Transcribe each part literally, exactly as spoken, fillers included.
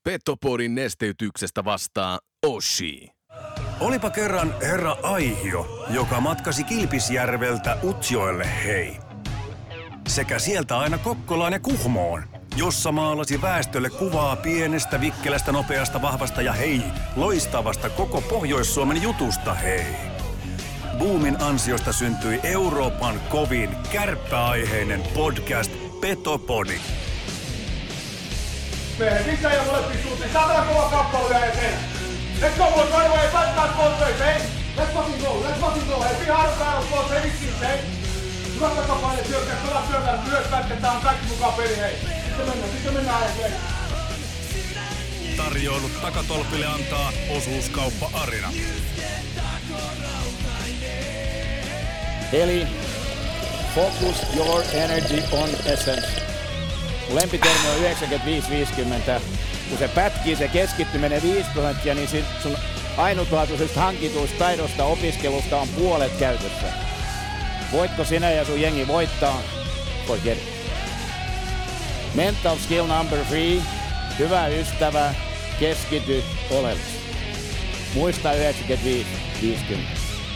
Petopodin nesteytyksestä vastaa Oshi. Olipa kerran herra Aihio, joka matkasi Kilpisjärveltä Utsjoelle hei. Sekä sieltä aina Kokkolaan ja Kuhmoon, jossa maalasi väestölle kuvaa pienestä, vikkelästä, nopeasta, vahvasta ja hei, loistavasta koko Pohjois-Suomen jutusta hei. Boomin ansiosta syntyi Euroopan kovin kärppäaiheinen podcast Petopodi. Mehän sisään ja molempiin suuntiin. Saatana kova kappale vielä eteen. Let's go boys, right away. Let's start both hey. Let's fucking go, let's fucking go. Hei, pihaan päällä boys, hei vissiin, hei. Hyvät takapaine syökkää, pelaa syökkää, myös pätketään kaikki mukaan peli, hei. Sitten mennään, sitten mennään hei. Tarjoilut takatolpille antaa Osuuskauppa Arina. Eli focus your energy on essence. Mun lempitermi on yhdeksänkymmentäviisi viisikymmentä. Kun se pätkii, se keskittyminen viisi prosenttia, niin sit sun ainutlaatuisesta hankituista taidosta opiskelusta on puolet käytössä. Voitko sinä ja sun jengi voittaa? Forget it. Mental skill number three. Hyvä ystävä, keskity oleellisesti. Muista yhdeksänkymmentäviisi viisikymmentä.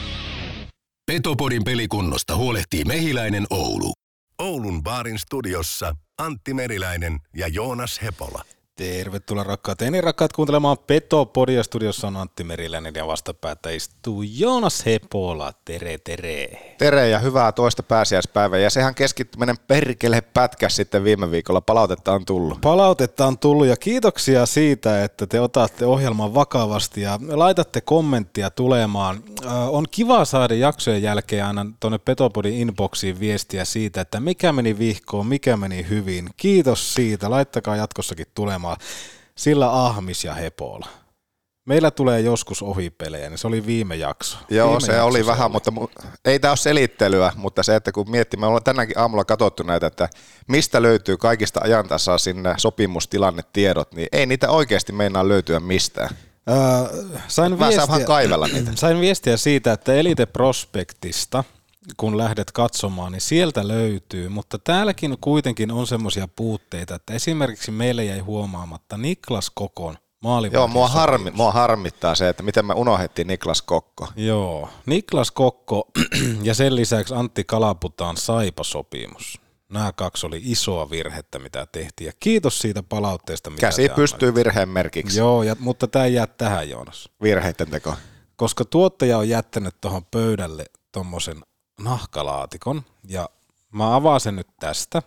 Petopodin pelikunnosta huolehtii Mehiläinen Oulu. Oulun baarin studiossa Antti Meriläinen ja Joonas Hepola. Tervetuloa rakkaat ja niin rakkaat kuuntelemaan Petopodia. Studiossa on Antti Meriläinen ja vastapäätä istuu Joonas Hepola. Tere, tere. Tere ja hyvää toista pääsiäispäivää. Ja sehän keskittyminen perkele pätkäs sitten viime viikolla. Palautetta on tullut. Palautetta on tullut ja kiitoksia siitä, että te otatte ohjelman vakavasti ja laitatte kommenttia tulemaan. On kiva saada jaksojen jälkeen aina tuonne Petopodin inboxiin viestiä siitä, että mikä meni vihkoon, mikä meni hyvin. Kiitos siitä. Laittakaa jatkossakin tulemaan. Sillä ahmis ja Hepola. Meillä tulee joskus ohipelejä, niin se oli viime jakso. Joo, viime se jakso oli se vähän, oli. mutta mu- ei tämä ole selittelyä, mutta se, että kun miettii, me ollaan tänäänkin aamulla katsottu näitä, että mistä löytyy kaikista ajantasaa sinne sopimustilannetiedot, niin ei niitä oikeasti meinaa löytyä mistään. Öö, sain, Mä viestiä, saan vähän kaivella niitä. sain viestiä siitä, että Elite Prospectista, kun lähdet katsomaan, niin sieltä löytyy, mutta täälläkin kuitenkin on semmoisia puutteita, että esimerkiksi meille jäi huomaamatta Niklas Kokon maalivahdin. Joo, mua, harmi, mua harmittaa se, että miten me unohdettiin Niklas Kokko. Joo, Niklas Kokko ja sen lisäksi Antti Kalaputaan Saipa-sopimus. Nämä kaksi oli isoa virhettä, mitä tehtiin, ja kiitos siitä palautteesta, mitä Käsi te pystyy annoitte. virheen merkiksi. Joo, ja, mutta tämä ei jää tähän, Joonas. Virheiden teko. Koska tuottaja on jättänyt tuohon pöydälle tommosen nahkalaatikon, ja mä avaan sen nyt tästä.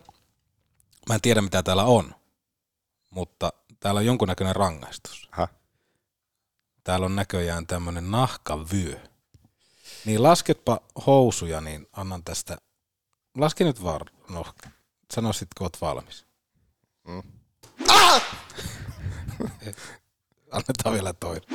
Mä en tiedä, mitä täällä on, mutta täällä on jonkunnäköinen rangaistus. Häh? Täällä on näköjään tämmönen nahkavyö. Niin lasketpa housuja, niin annan tästä, laske nyt vaan, no, sano sit, kun oot valmis. Mm. Ah! Annetaan vielä toinen.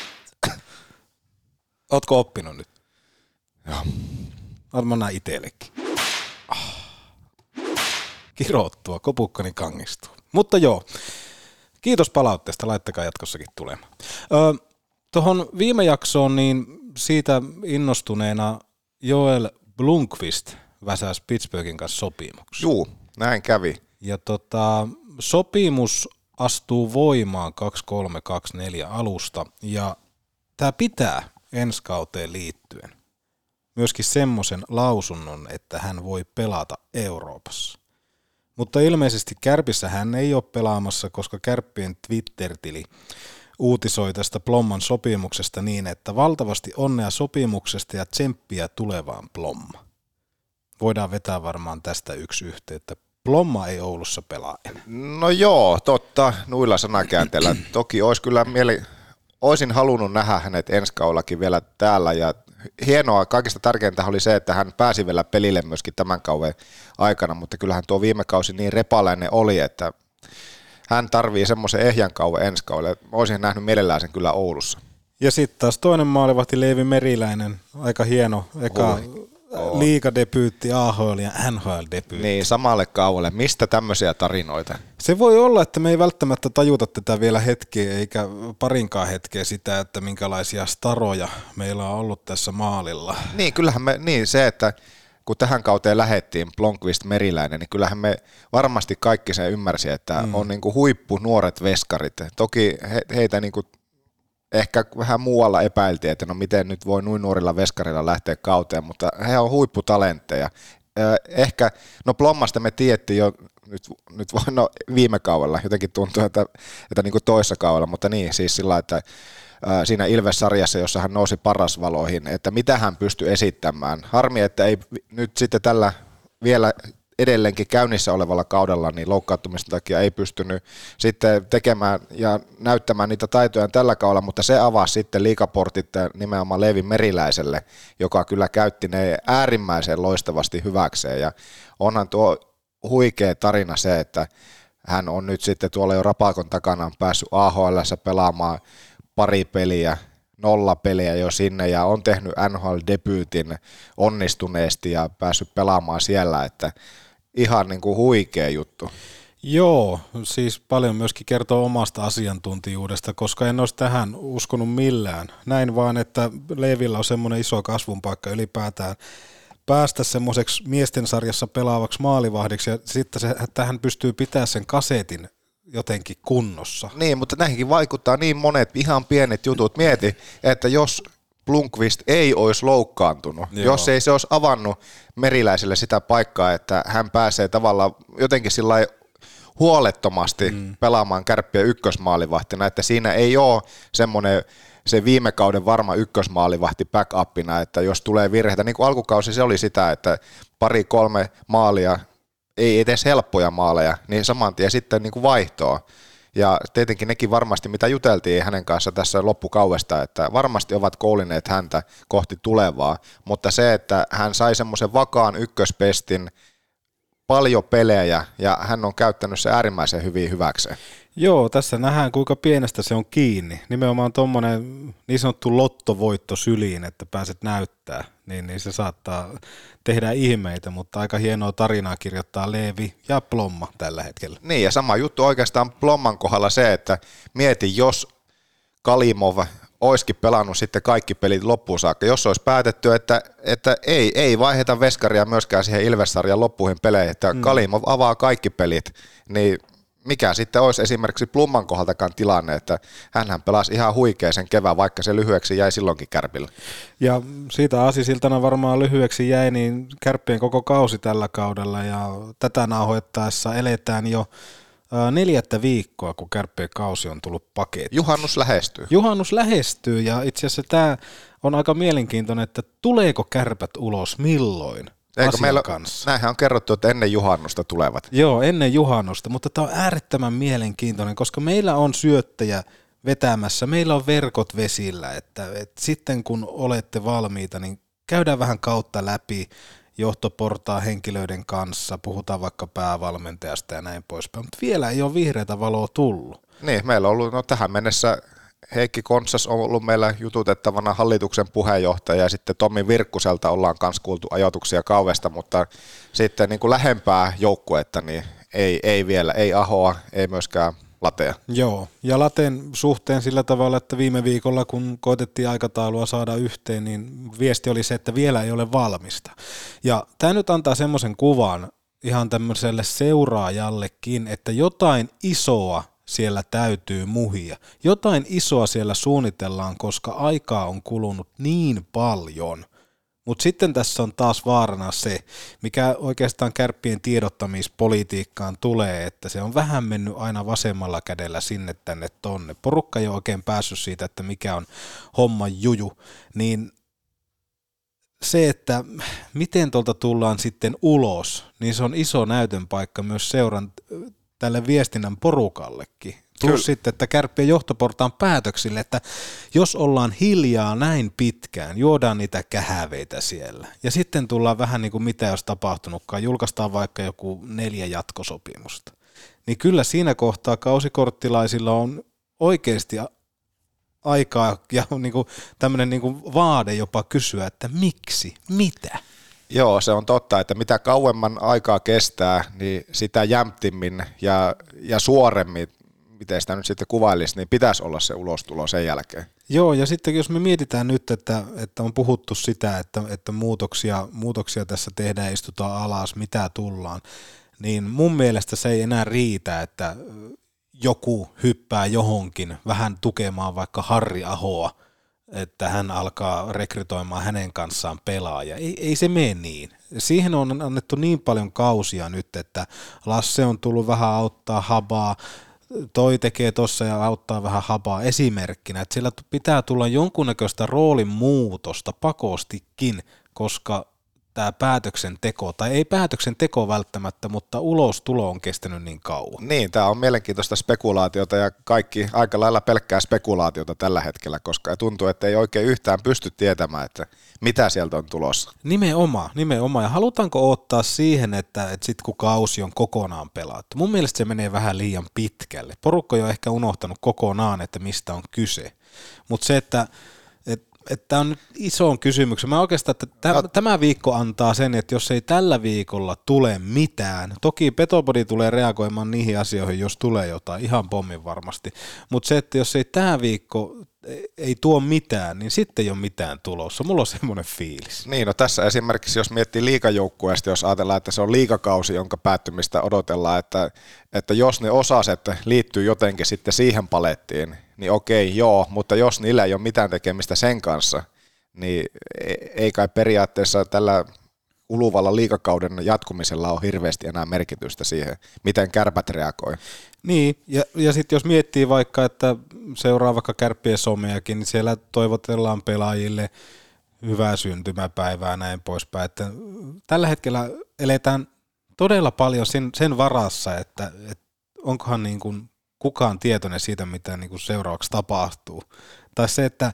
Ootko oppinut nyt? Joo. Mä näin itellekin. Ah. Kirottua, kopukkani kangistuu. Mutta joo, kiitos palautteesta, laittakaa jatkossakin tulemaan. Öö, Tuohon viime jaksoon, niin siitä innostuneena Joel Blomqvist väsäsi Pittsburghin kanssa sopimuksen. Juu, näin kävi. Ja tota, sopimus astuu voimaan kaksikymmentäkolme kaksikymmentäneljä alusta, ja tämä pitää ensi kauteen liittyen myöskin semmoisen lausunnon, että hän voi pelata Euroopassa. Mutta ilmeisesti Kärpissä hän ei ole pelaamassa, koska Kärppien Twitter-tili uutisoi tästä Plomman sopimuksesta niin, että valtavasti onnea sopimuksesta ja tsemppiä tulevaan Plomma. Voidaan vetää varmaan tästä yksi yhteyttä. Plomma ei Oulussa pelaa enää. No joo, totta, nuilla sanakäänteillä. Toki olisi kyllä mieli, olisin halunnut nähdä hänet ensi kaudellakin vielä täällä, ja hienoa, kaikista tärkeintä oli se, että hän pääsi vielä pelille myöskin tämän kauden aikana, mutta kyllähän tuo viime kausi niin repalainen oli, että hän tarvii semmoisen ehjän kauan ensi kaudelle. Olisin nähnyt mielellään sen kyllä Oulussa. Ja sitten taas toinen maalivahti Leevi Meriläinen, aika hieno, eka Oh. liigadebyytti, A H L ja N H L-debyytti. Niin, samalle kaualle. Mistä tämmöisiä tarinoita? Se voi olla, että me ei välttämättä tajuta tätä vielä hetkeä, eikä parinkaan hetkeä sitä, että minkälaisia staroja meillä on ollut tässä maalilla. Niin, kyllähän me, niin se, että kun tähän kauteen lähettiin Blomqvist Meriläinen, niin kyllähän me varmasti kaikki sen ymmärsi, että mm. on niin kuin huippu nuoret veskarit. Toki he, heitä niin kuin ehkä vähän muualla epäiltiin, että no miten nyt voi noin nuorilla veskarilla lähteä kauteen, mutta he on huipputalentteja. Ehkä, no Plommasta me tiedettiin jo nyt, nyt voi, no viime kaudella, jotenkin tuntuu, että, että niin kuin toissa kaudella, mutta niin, siis sillä että ää, siinä Ilves-sarjassa, jossa hän nousi parasvaloihin, että mitä hän pystyi esittämään. Harmi, että ei nyt sitten tällä vielä edelleenkin käynnissä olevalla kaudella, niin loukkaantumisten takia ei pystynyt sitten tekemään ja näyttämään niitä taitoja tällä kaudella, mutta se avasi sitten liigaportit nimenomaan Leevi Meriläiselle, joka kyllä käytti ne äärimmäisen loistavasti hyväkseen, ja onhan tuo huikea tarina se, että hän on nyt sitten tuolla jo Rapakon takana päässyt A H L:ssä pelaamaan pari peliä, nolla peliä jo sinne, ja on tehnyt N H L-debyytin onnistuneesti ja päässyt pelaamaan siellä, että ihan niin kuin huikea juttu. Joo, siis paljon myöskin kertoo omasta asiantuntijuudesta, koska en olisi tähän uskonut millään. Näin vaan, että Leevillä on semmoinen iso kasvun paikka ylipäätään päästä semmoiseksi miesten sarjassa pelaavaksi maalivahdiksi, ja sitten se, että hän pystyy pitämään sen kasetin jotenkin kunnossa. Niin, mutta näihinkin vaikuttaa niin monet ihan pienet jutut. Mieti, että jos Blomqvist ei olisi loukkaantunut, Joo. jos ei se olisi avannut Meriläiselle sitä paikkaa, että hän pääsee tavallaan jotenkin sillä huolettomasti mm. pelaamaan Kärppien ykkösmaalivahtina, että siinä ei ole semmoinen se viime kauden varma ykkösmaalivahti backupina, että jos tulee virheitä, niin kuin alkukausi se oli sitä, että pari kolme maalia, ei edes helppoja maaleja, niin saman tien sitten niin kuin vaihtoa. Ja tietenkin nekin varmasti, mitä juteltiin hänen kanssa tässä loppukaudesta, että varmasti ovat koulineet häntä kohti tulevaa, mutta se, että hän sai semmoisen vakaan ykköspestin, paljon pelejä, ja hän on käyttänyt se äärimmäisen hyvin hyväkseen. Joo, tässä nähdään kuinka pienestä se on kiinni. Nimenomaan tuommoinen niin sanottu lottovoitto syliin, että pääset näyttää, niin, niin se saattaa tehdä ihmeitä, mutta aika hienoa tarinaa kirjoittaa Leevi ja Plomma tällä hetkellä. Niin, ja sama juttu oikeastaan Plomman kohdalla se, että mieti, jos Kalimov olisikin pelannut sitten kaikki pelit loppuun saakka, jos olisi päätetty, että, että ei, ei vaiheta veskaria myöskään siihen Ilves-sarjan loppuihin peleihin, että mm. Kalimov avaa kaikki pelit, niin mikä sitten olisi esimerkiksi Plumman kohdaltakaan tilanne, että hänhän pelasi ihan huikeisen kevään, vaikka se lyhyeksi jäi silloinkin Kärpillä. Ja siitä aasisiltana varmaan lyhyeksi jäi niin Kärppien koko kausi tällä kaudella, ja tätä nauhoittaessa eletään jo neljättä viikkoa, kun Kärppien kausi on tullut pakettiin. Juhannus lähestyy. Juhannus lähestyy, ja itse asiassa tämä on aika mielenkiintoinen, että tuleeko Kärpät ulos milloin? Eikö meillä, näinhän on kerrottu, että ennen juhannusta tulevat. Joo, ennen juhannusta, mutta tämä on äärettömän mielenkiintoinen, koska meillä on syöttäjä vetämässä, meillä on verkot vesillä, että, että sitten kun olette valmiita, niin käydään vähän kautta läpi johtoportaan henkilöiden kanssa, puhutaan vaikka päävalmentajasta ja näin poispäin, mutta vielä ei ole vihreätä valoa tullut. Niin, meillä on ollut no, tähän mennessä Heikki Kontsas on ollut meillä jututettavana hallituksen puheenjohtaja, ja sitten Tommi Virkkuselta ollaan myös kuultu ajatuksia kaudesta, mutta sitten niin kuin lähempää joukkuetta niin ei, ei vielä, ei Ahoa, ei myöskään Latea. Joo, ja Lateen suhteen sillä tavalla, että viime viikolla kun koetettiin aikataulua saada yhteen, niin viesti oli se, että vielä ei ole valmista. Ja tämä nyt antaa semmoisen kuvan ihan tämmöiselle seuraajallekin, että jotain isoa siellä täytyy muhia. Jotain isoa siellä suunnitellaan, koska aikaa on kulunut niin paljon. Mutta sitten tässä on taas vaarana se, mikä oikeastaan Kärppien tiedottamispolitiikkaan tulee, että se on vähän mennyt aina vasemmalla kädellä sinne tänne tonne. Porukka ei ole oikein päässyt siitä, että mikä on homman juju, niin se, että miten tuolta tullaan sitten ulos, niin se on iso näytön paikka myös seuran tälle viestinnän porukallekin. Plus Kyllä. sitten, että Kärppien johtoportaan päätöksille, että jos ollaan hiljaa näin pitkään, juodaan niitä kähäveitä siellä, ja sitten tullaan vähän niin kuin mitä jos tapahtunutkaan, julkaistaan vaikka joku neljä jatkosopimusta, niin kyllä siinä kohtaa kausikorttilaisilla on oikeasti aikaa ja niin kuin tämmöinen niin kuin vaade jopa kysyä, että miksi, mitä? Joo, se on totta, että mitä kauemman aikaa kestää, niin sitä jämptimmin ja, ja suoremmin miten sitä nyt sitten kuvailisi, niin pitäisi olla se ulostulo sen jälkeen. Joo, ja sitten jos me mietitään nyt, että, että on puhuttu sitä, että, että muutoksia, muutoksia tässä tehdään ja istutaan alas, mitä tullaan, niin mun mielestä se ei enää riitä, että joku hyppää johonkin vähän tukemaan vaikka Harri Ahoa, että hän alkaa rekrytoimaan hänen kanssaan pelaajia. Ei, ei se mene niin. Siihen on annettu niin paljon kausia nyt, että Lasse on tullut vähän auttaa Habaa, toi tekee tossa ja auttaa vähän Habaa esimerkkinä, että sillä pitää tulla jonkunnäköistä roolin muutosta pakostikin, koska tämä päätöksenteko, tai ei päätöksenteko välttämättä, mutta ulostulo on kestänyt niin kauan. Niin, tämä on mielenkiintoista spekulaatiota ja kaikki aika lailla pelkkää spekulaatiota tällä hetkellä, koska tuntuu, että ei oikein yhtään pysty tietämään, että mitä sieltä on tulossa. Nimenomaan, nimenomaan. Ja halutaanko ottaa siihen, että, että sitten kun kausi on kokonaan pelattu? Mun mielestä se menee vähän liian pitkälle. Porukka on ehkä unohtanut kokonaan, että mistä on kyse. Mutta se, että että tämä on nyt iso kysymys. Mä oikeastaan, että tämä, tämä viikko antaa sen, että jos ei tällä viikolla tule mitään, toki Petopodi tulee reagoimaan niihin asioihin, jos tulee jotain, ihan pommin varmasti, mutta se, että jos ei tämä viikko ei tuo mitään, niin sitten ei ole mitään tulossa. Mulla on semmoinen fiilis. Niin, no tässä esimerkiksi, jos miettii liigajoukkueesta, jos ajatellaan, että se on liigakausi, jonka päättymistä odotellaan, että, että jos ne osaset liittyy jotenkin sitten siihen palettiin, niin okei, joo, mutta jos niillä ei ole mitään tekemistä sen kanssa, niin ei kai periaatteessa tällä uluvalla liigakauden jatkumisella on hirveästi enää merkitystä siihen, miten Kärpät reagoi. Niin, ja, ja sitten jos miettii vaikka, että seuraa vaikka Kärppien someakin, niin siellä toivotellaan pelaajille hyvää syntymäpäivää näin poispäin. Että tällä hetkellä eletään todella paljon sen, sen varassa, että, että onkohan niin kuin kukaan tietoinen siitä, mitä niin kuin seuraavaksi tapahtuu. Tai se, että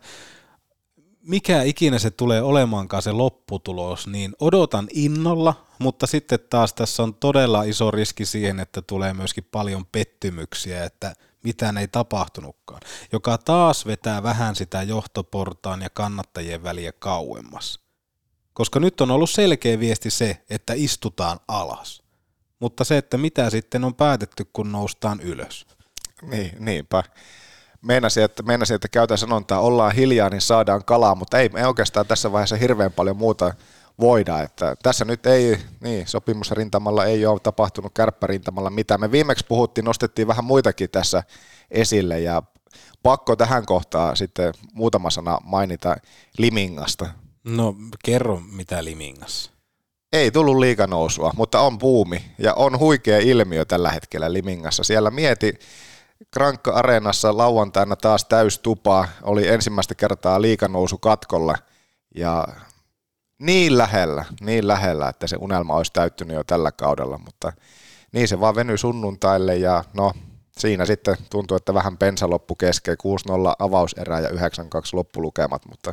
mikä ikinä se tulee olemaankaan se lopputulos, niin odotan innolla, mutta sitten taas tässä on todella iso riski siihen, että tulee myöskin paljon pettymyksiä, että mitään ei tapahtunutkaan, joka taas vetää vähän sitä johtoportaan ja kannattajien väliä kauemmas. Koska nyt on ollut selkeä viesti se, että istutaan alas, mutta se, että mitä sitten on päätetty, kun noustaan ylös. Niin, niinpä. Meinasin, että, meinasin, että käytän sanontaa, ollaan hiljaa, niin saadaan kalaa, mutta ei, ei oikeastaan tässä vaiheessa hirveän paljon muuta voida. Että tässä nyt ei, niin, sopimusrintamalla ei ole tapahtunut kärppärintamalla mitään. Me viimeksi puhuttiin, nostettiin vähän muitakin tässä esille ja pakko tähän kohtaan sitten muutama sana mainita Limingasta. No kerro mitä Limingassa. Ei tullut liiganousua, mutta on buumi ja on huikea ilmiö tällä hetkellä Limingassa. Siellä mieti Krankka-areenassa lauantaina taas täystupa, oli ensimmäistä kertaa liiganousu katkolla ja niin lähellä, niin lähellä, että se unelma olisi täyttynyt jo tällä kaudella, mutta niin se vaan venyi sunnuntaille ja no siinä sitten tuntui, että vähän pensa loppu kesken, kuusi nolla avauserä ja yhdeksän kaksi loppulukemat, mutta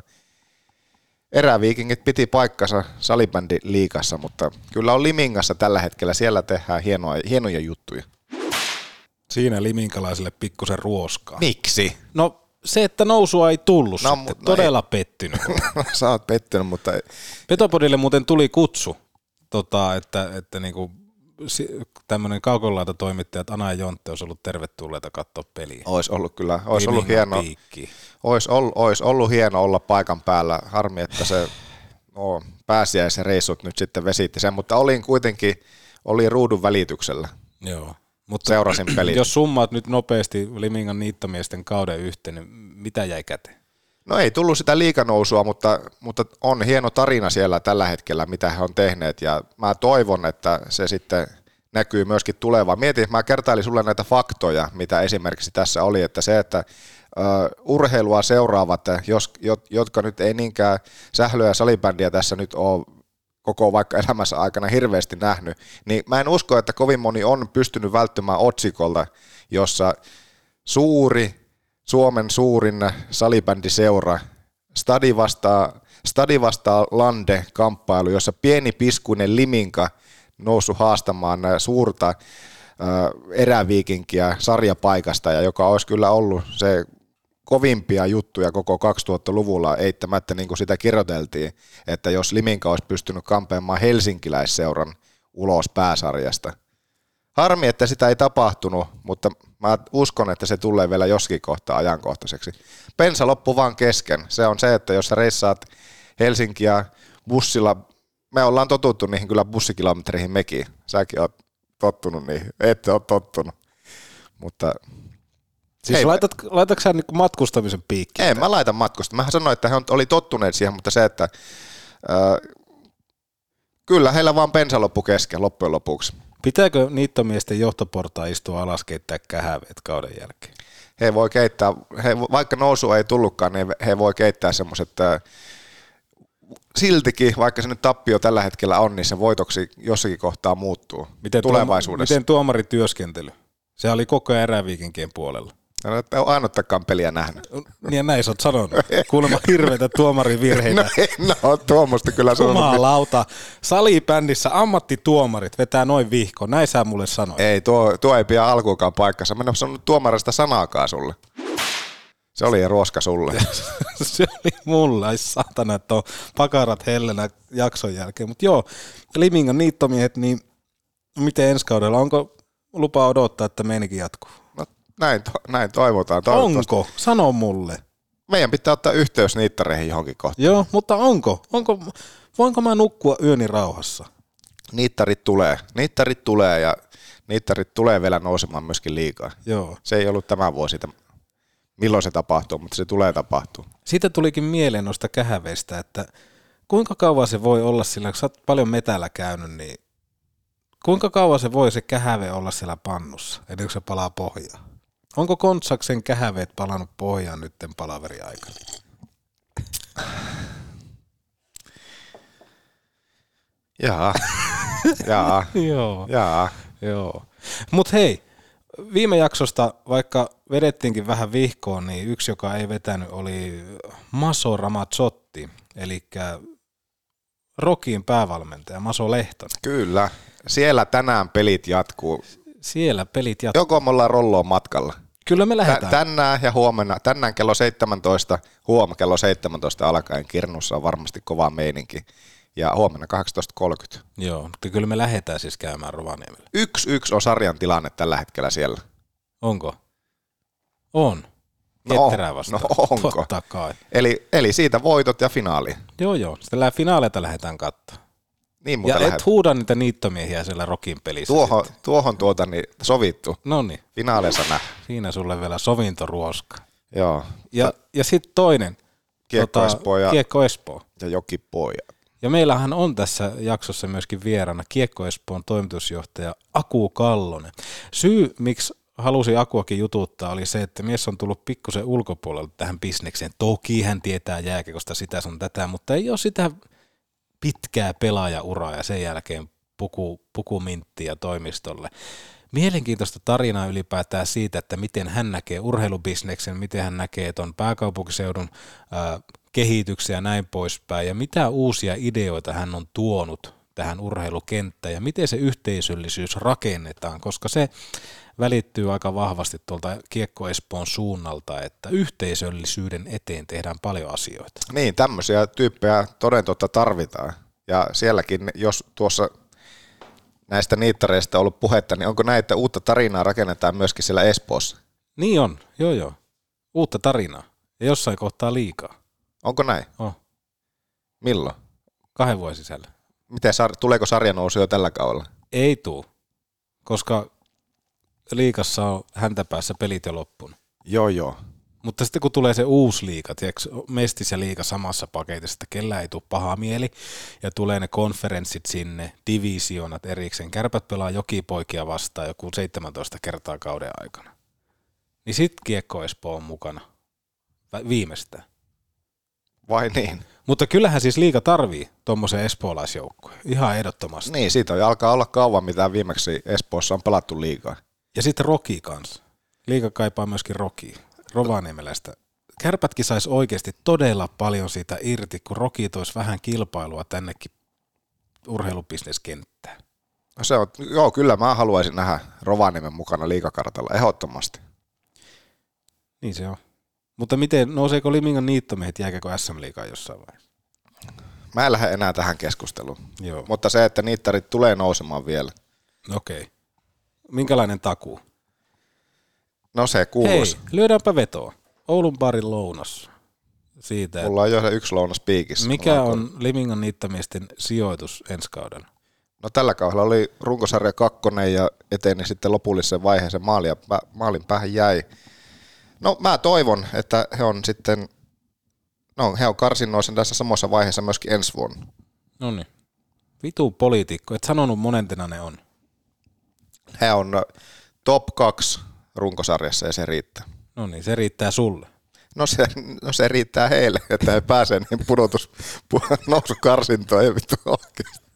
eräviikingit piti paikkansa salibändi liigassa, mutta kyllä on Limingassa tällä hetkellä, siellä tehdään hienoja, hienoja juttuja. Siinä liminkalaisille pikkusen ruoskaa. Miksi? No se, että nousua ei tullut no, sitten. No todella ei. pettynyt. Sä oot pettynyt, mutta... Petopodille muuten tuli kutsu, tota, että, että niinku, tämmöinen kaukolaita toimittaja, että Ana ja Jontte olisi ollut tervetulleita katsoa peliä. Ois ollut kyllä, ois ollut hieno. Ois ollut, ois ollut hieno olla paikan päällä. Harmi, että se no, pääsiäisreissut nyt sitten vesitti sen, mutta olin kuitenkin, oli ruudun välityksellä. Joo. Mutta seurasin pelin. Jos summaat nyt nopeasti Limingan niittomiesten kauden yhteen, niin mitä jäi käteen? No ei tullut sitä liiganousua, mutta, mutta on hieno tarina siellä tällä hetkellä, mitä he on tehneet, ja mä toivon, että se sitten näkyy myöskin tulevaan. Mietin, mä kertailin sulle näitä faktoja, mitä esimerkiksi tässä oli, että se, että uh, urheilua seuraavat, jos, jotka nyt ei niinkään sählöä ja salibändiä tässä nyt ole koko vaikka elämässä aikana hirveästi nähnyt, niin mä en usko, että kovin moni on pystynyt välttymään otsikolta, jossa suuri, Suomen suurin salibändiseura, Stadi vastaa, Stadi vastaa Lande-kamppailu, jossa pieni piskuinen Liminka noussut haastamaan suurta äh, eräviikinkiä sarjapaikasta, ja joka olisi kyllä ollut se kovimpia juttuja koko kaksituhattaluvulla eittämättä, niin kuin sitä kirjoiteltiin, että jos Liminka olisi pystynyt kampeamaan helsinkiläisseuran ulos pääsarjasta. Harmi, että sitä ei tapahtunut, mutta Mä uskon, että se tulee vielä jossakin kohtaa ajankohtaiseksi. Bensa loppu vaan kesken. Se on se, että jos sä reissaat Helsinkiä bussilla, me ollaan totuttu niihin kyllä bussikilometreihin mekin. Säkin oot tottunut niihin. Ette ole tottunut. Mutta siis ei, laitat, laitatko sä niinku matkustamisen piikkiin? Ei, mä laitan matkusta. Mähän sanoin, että he oli tottuneet siihen, mutta se, että äh, kyllä heillä vaan bensa loppu kesken loppujen lopuksi. Pitääkö niittomiesten johtoportaan istua alas keittää kähäveet kauden jälkeen? He voi keittää, he, vaikka nousu ei tullutkaan, niin he voi keittää semmoiset, äh, siltikin, vaikka se nyt tappio tällä hetkellä on, niin se voitoksi jossakin kohtaa muuttuu miten tulevaisuudessa. Tuom- miten tuomarityöskentely? Se oli koko ajan eräviikinkien puolella. No, et ole ainuttakaan peliä nähnyt. Niin ja näin sä oot sanonut. Kuulemma hirveitä tuomarivirheitä. No en ole tuommoista kyllä sanonut. Jumalauta. Salibändissä ammattituomarit vetää noin vihko. Näin sä mulle sanoit. Ei, tuo, tuo ei pidä alkuunkaan paikkansa. Mä en ole sanonut tuomarista sanaakaan sulle. Se oli ruoska sulle. Se oli mulla. Ai saatana, että on pakarat hellenä jakson jälkeen. Mutta joo, Limingan niittomiehet, niin miten ensi kaudella? Onko lupa odottaa, että meininkin jatkuu? No, näin, to, näin toivotaan. Onko? Sano mulle. Meidän pitää ottaa yhteys niittareihin johonkin kohtaan. Joo, mutta onko? onko? Voinko mä nukkua yöni rauhassa? Niittarit tulee. Niittarit tulee ja niittarit tulee vielä nousemaan myöskin liikaa. Joo. Se ei ollut tämä vuosi, milloin se tapahtuu, mutta se tulee tapahtua. Siitä tulikin mieleen noista kähäveistä, että kuinka kauan se voi olla sillä, kun sä oot paljon metällä käynyt, niin kuinka kauan se voi se kähäve olla siellä pannussa, ennen kuin se palaa pohjaan? Onko Kontsaksen kähäveet palannut pohjaan nytten palaveri aikana? Jaa, jaa, Joo. jaa. Joo. Mut hei, viime jaksosta, vaikka vedettiinkin vähän vihkoon, niin yksi, joka ei vetänyt, oli Maso Ramazzotti, eli Rockin päävalmentaja Maso Lehtonen. Kyllä. Siellä tänään pelit jatkuu. Siellä pelit jatkuu. Joko me ollaan rolloon matkalla. Kyllä me lähdetään. Tänään ja huomenna, tänään kello seitsemäntoista, huomenna kello seitsemäntoista alkaen Kirnussa on varmasti kova meininki. Ja huomenna kahdeksantoista kolmekymmentä. Joo, mutta kyllä me lähdetään siis käymään Rovaniemellä. Yksi yksi on sarjan tilanne tällä hetkellä siellä. Onko? On. No, Jetterää vastaan. no onko? Totta kai. Eli, eli siitä voitot ja finaali. Joo, joo. Sitten finaaleita lähdetään katsoa. Niin, Ja mutta et lähdet... huuda niitä niittomiehiä siellä Rockin pelissä. tuohon, tuohon tuota niin sovittu. Noniin. Finaaleissa nähdään. Siinä sulle vielä sovintoruoska. Joo. Ja, ja sitten toinen. Kiekko Espoo ja, Kiekko Espoo. ja Jokipoja. Ja meillähän on tässä jaksossa myöskin vieraana Kiekko Espoon toimitusjohtaja Aku Kallonen. Syy, miksi halusi Akuakin jututtaa, oli se, että mies on tullut pikkusen ulkopuolelta tähän bisnekseen. Toki hän tietää jääkiekosta sitä sun tätä, mutta ei ole sitä pitkää pelaajauraa ja sen jälkeen puku, pukuminttiä toimistolle. Mielenkiintoista tarinaa ylipäätään siitä, että miten hän näkee urheilubisneksen, miten hän näkee tuon pääkaupunkiseudun ää, kehityksen ja näin poispäin, ja mitä uusia ideoita hän on tuonut tähän urheilukenttään, ja miten se yhteisöllisyys rakennetaan, koska se välittyy aika vahvasti tuolta Kiekko Espoon suunnalta, että yhteisöllisyyden eteen tehdään paljon asioita. Niin, tämmöisiä tyyppejä toden totta tarvitaan. Ja sielläkin, jos tuossa näistä niittareista on ollut puhetta, niin onko näitä uutta tarinaa rakennetaan myöskin siellä Espoossa? Niin on, joo joo. Uutta tarinaa. Ja jossain kohtaa liikaa. Onko näin? On. Milloin? Kahden vuoden sisällä. Miten, tuleeko sarjanousu jo tällä kaudella? Ei tuu, koska liigassa on häntä päässä pelit jo loppunut. Joo, joo. Mutta sitten kun tulee se uusi liiga, tiedätkö, Mestis ja liiga samassa paketissa, että kellä ei tule paha mieli, ja tulee ne konferenssit sinne, divisioonat erikseen, Kärpät pelaa Jokipoikia vastaan joku seitsemäntoista kertaa kauden aikana. Niin sit Kiekko Espoo on mukana, viimeistään. Vai niin? Mutta kyllähän siis liiga tarvii tuommoisen espoolaisjoukkueen, ihan ehdottomasti. Niin, siitä jo alkaa olla kauan, mitä viimeksi Espoossa on pelattu liigaa. Ja sitten Roki kanssa. Liiga kaipaa myöskin Rokia, Rovaniemeläistä. Kärpätkin saisi oikeasti todella paljon siitä irti, kun Roki toisi vähän kilpailua tännekin urheilubisneskenttään. No se on, joo, kyllä mä haluaisin nähdä Rovaniemen mukana liigakartalla, ehdottomasti. Niin se on. Mutta miten, nouseeko Limingan niittomiehet jääkääkö S M-liigaan jossain vaiheessa? Mä en lähde enää tähän keskusteluun, Joo. mutta se, että niittarit tulee nousemaan vielä. Okei. Minkälainen takuu? No se kuuluisi. Hei, lyödäänpä vetoa. Oulun barin lounas. Siitä, mulla on jo se yksi lounas piikissä. Mikä on Limingan niittamiesten sijoitus ensi kaudella? No tällä kaudella oli runkosarja kakkonen ja eteni sitten lopulliseen vaiheeseen maali ja maalin päähän jäi. No mä toivon, että he on sitten, no he on karsinnoissa tässä samassa vaiheessa myöskin ensi vuonna. No niin. Vitu poliitikko, et sanonut monentena ne on. He on top kaksi runkosarjassa ja se riittää. No niin, se riittää sulle. No se, no se riittää heille, että he pääsee niin pudotus, nousukarsintoon, ei vittu oikeasti.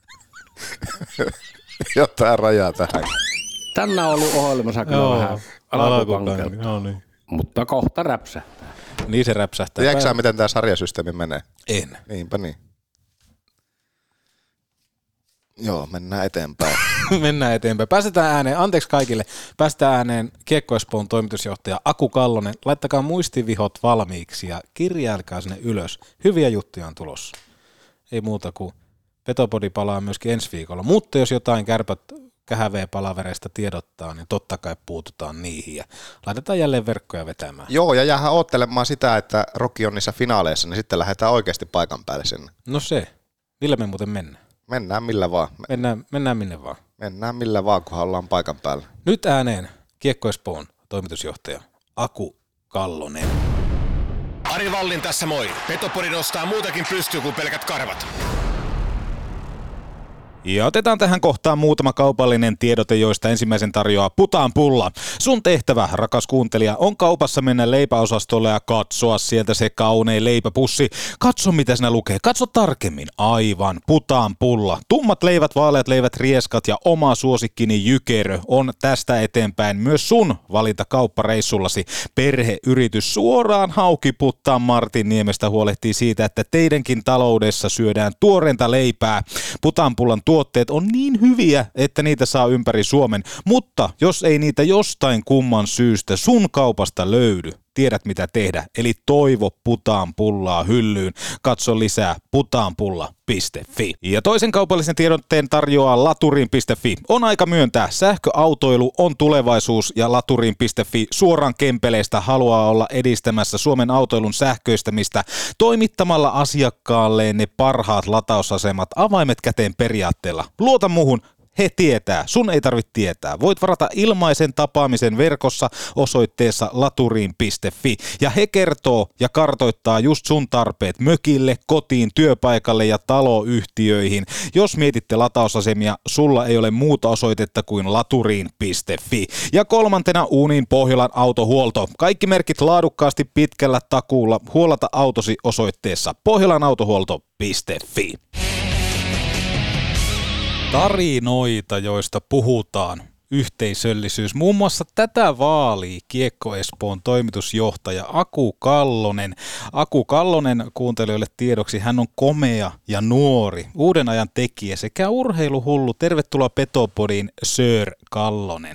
Jotain rajaa tähän. Tänään on ollut ohjelmassa kyllä Joo, vähän alkukankelta, no niin. mutta kohta räpsähtää. Niin se räpsähtää. Tiedätkö sä, miten tämä sarjasysteemi menee? En. Niinpä niin. Joo, mennään eteenpäin. Mennään eteenpäin. Päästetään ääneen, anteeksi kaikille, päästetään ääneen Kiekko Espoon toimitusjohtaja Aku Kallonen. Laittakaa muistivihot valmiiksi ja kirjailkaa sinne ylös. Hyviä juttuja on tulossa. Ei muuta kuin Petopodi palaa myöskin ensi viikolla. Mutta jos jotain Kärpät kähävee-palavereista tiedottaa, niin totta kai puututaan niihin ja laitetaan jälleen verkkoja vetämään. Joo, ja jäähän oottelemaan sitä, että Roki on niissä finaaleissa, niin sitten lähdetään oikeasti paikan päälle sinne. No se. Millä me muuten mennään? Mennään millä vaan. Mennään, mennään minne vaan. Mennään millä vaan, kunhan ollaan paikan päällä. Nyt ääneen Kiekko Espoon toimitusjohtaja Aku Kallonen. Ari Vallin tässä moi. Petopodi nostaa muutakin pystyyn kuin pelkät karvat. Ja otetaan tähän kohtaan muutama kaupallinen tiedote, joista ensimmäisen tarjoaa Putaan Pulla. Sun tehtävä, rakas kuuntelija, on kaupassa mennä leipäosastolle ja katsoa sieltä se kaunein leipäpussi. Katso mitä siinä lukee, katso tarkemmin. Aivan, Putaan Pulla. Tummat leivät, vaaleat leivät, rieskat ja oma suosikkini jykerö on tästä eteenpäin myös sun valinta kauppareissullasi. Perheyritys suoraan Haukiputtaan Martin Niemestä huolehtii siitä, että teidänkin taloudessa syödään tuoreinta leipää. Putaan Pullan tuotteet on niin hyviä, että niitä saa ympäri Suomen, mutta jos ei niitä jostain kumman syystä sun kaupasta löydy, tiedät mitä tehdä, eli toivo Putaan Pullaa hyllyyn. Katso lisää putaanpulla piste fi. Ja toisen kaupallisen tiedotteen tarjoaa laturin piste fi. On aika myöntää, sähköautoilu on tulevaisuus ja laturin piste fi suoraan kempeleistä haluaa olla edistämässä Suomen autoilun sähköistämistä toimittamalla asiakkaalleen ne parhaat latausasemat avaimet käteen periaatteella. Luota muuhun. He tietää, sun ei tarvitse tietää. Voit varata ilmaisen tapaamisen verkossa osoitteessa laturiin piste fi. Ja he kertoo ja kartoittaa just sun tarpeet mökille, kotiin, työpaikalle ja taloyhtiöihin. Jos mietitte latausasemia, sulla ei ole muuta osoitetta kuin laturiin piste fi. Ja kolmantena Uunin Pohjolan autohuolto. Kaikki merkit laadukkaasti pitkällä takuulla. Huolata autosi osoitteessa pohjolanautohuolto piste fi. Tarinoita, joista puhutaan, yhteisöllisyys. Muun muassa tätä vaalii Kiekko Espoon toimitusjohtaja Aku Kallonen. Aku Kallonen, kuuntelijoille tiedoksi, hän on komea ja nuori, uuden ajan tekijä sekä urheiluhullu. Tervetuloa Petopodiin, Sir Kallonen.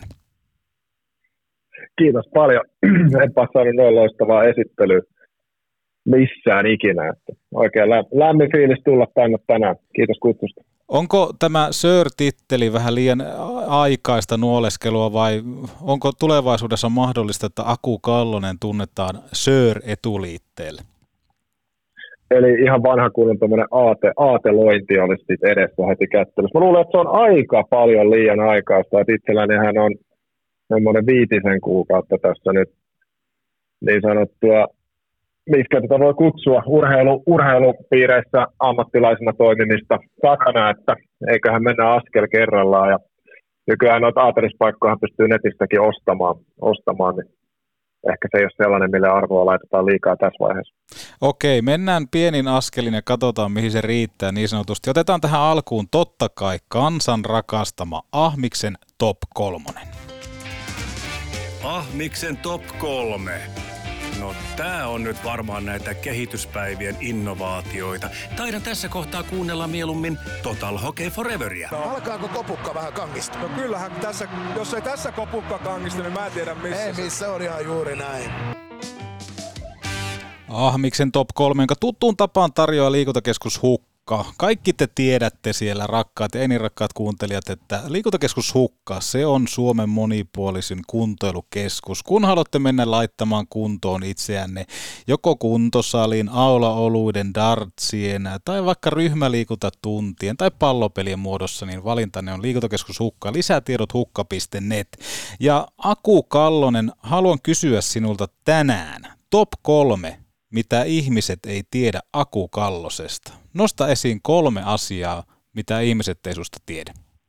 Kiitos paljon. Enpä saanut noin loistavaa esittelyä missään ikinä. Että oikein lämmin fiilis tulla tänne tänään. Kiitos kutsusta. Onko tämä Sir-titteli vähän liian aikaista nuoleskelua vai onko tulevaisuudessa mahdollista, että Aku Kallonen tunnetaan Sir-etuliitteelle? Eli ihan vanha kunnon tuommoinen aate, aatelointi olisi sitten edessä heti kättelyssä. Mä luulen, että se on aika paljon liian aikaista. Että itsellänihän on semmoinen viitisen kuukautta tässä nyt niin sanottua, miskä tätä voi kutsua urheilu, urheilupiireissä ammattilaisena toimimista takana, että eiköhän mennä askel kerrallaan. Ja nykyään noita aatelispaikkoja pystyy netistäkin ostamaan, ostamaan, niin ehkä se ei ole sellainen, mille arvoa laitetaan liikaa tässä vaiheessa. Okei, mennään pienin askelin ja katsotaan, mihin se riittää niin sanotusti. Otetaan tähän alkuun totta kai kansan rakastama Ahmiksen top kolmonen. Ahmiksen top kolme. No tää on nyt varmaan näitä kehityspäivien innovaatioita. Taidan tässä kohtaa kuunnella mieluummin Total Hockey Foreveria. No, alkaako kopukka vähän kangista? No kyllähän tässä, jos ei tässä kopukka kangista, niin mä en tiedä missä. Ei missä, on ihan juuri näin. Ahmiksen top kolme, jonka tuttuun tapaan tarjoaa liikuntakeskus H U Hukka. Kaikki te tiedätte siellä, rakkaat ja ei niin rakkaat kuuntelijat, että Liikuntakeskus Hukka, se on Suomen monipuolisin kuntoilukeskus. Kun haluatte mennä laittamaan kuntoon itseänne, joko kuntosalin, aulaoluiden, dartsien tai vaikka ryhmäliikuntatuntien tai pallopelien muodossa, niin valintanne on Liikuntakeskus Hukka. Lisätiedot hukka piste net. Ja Aku Kallonen, haluan kysyä sinulta tänään top kolme, mitä ihmiset ei tiedä Aku Kallosesta. Nosta esiin kolme asiaa, mitä ihmiset ei susta tiedä.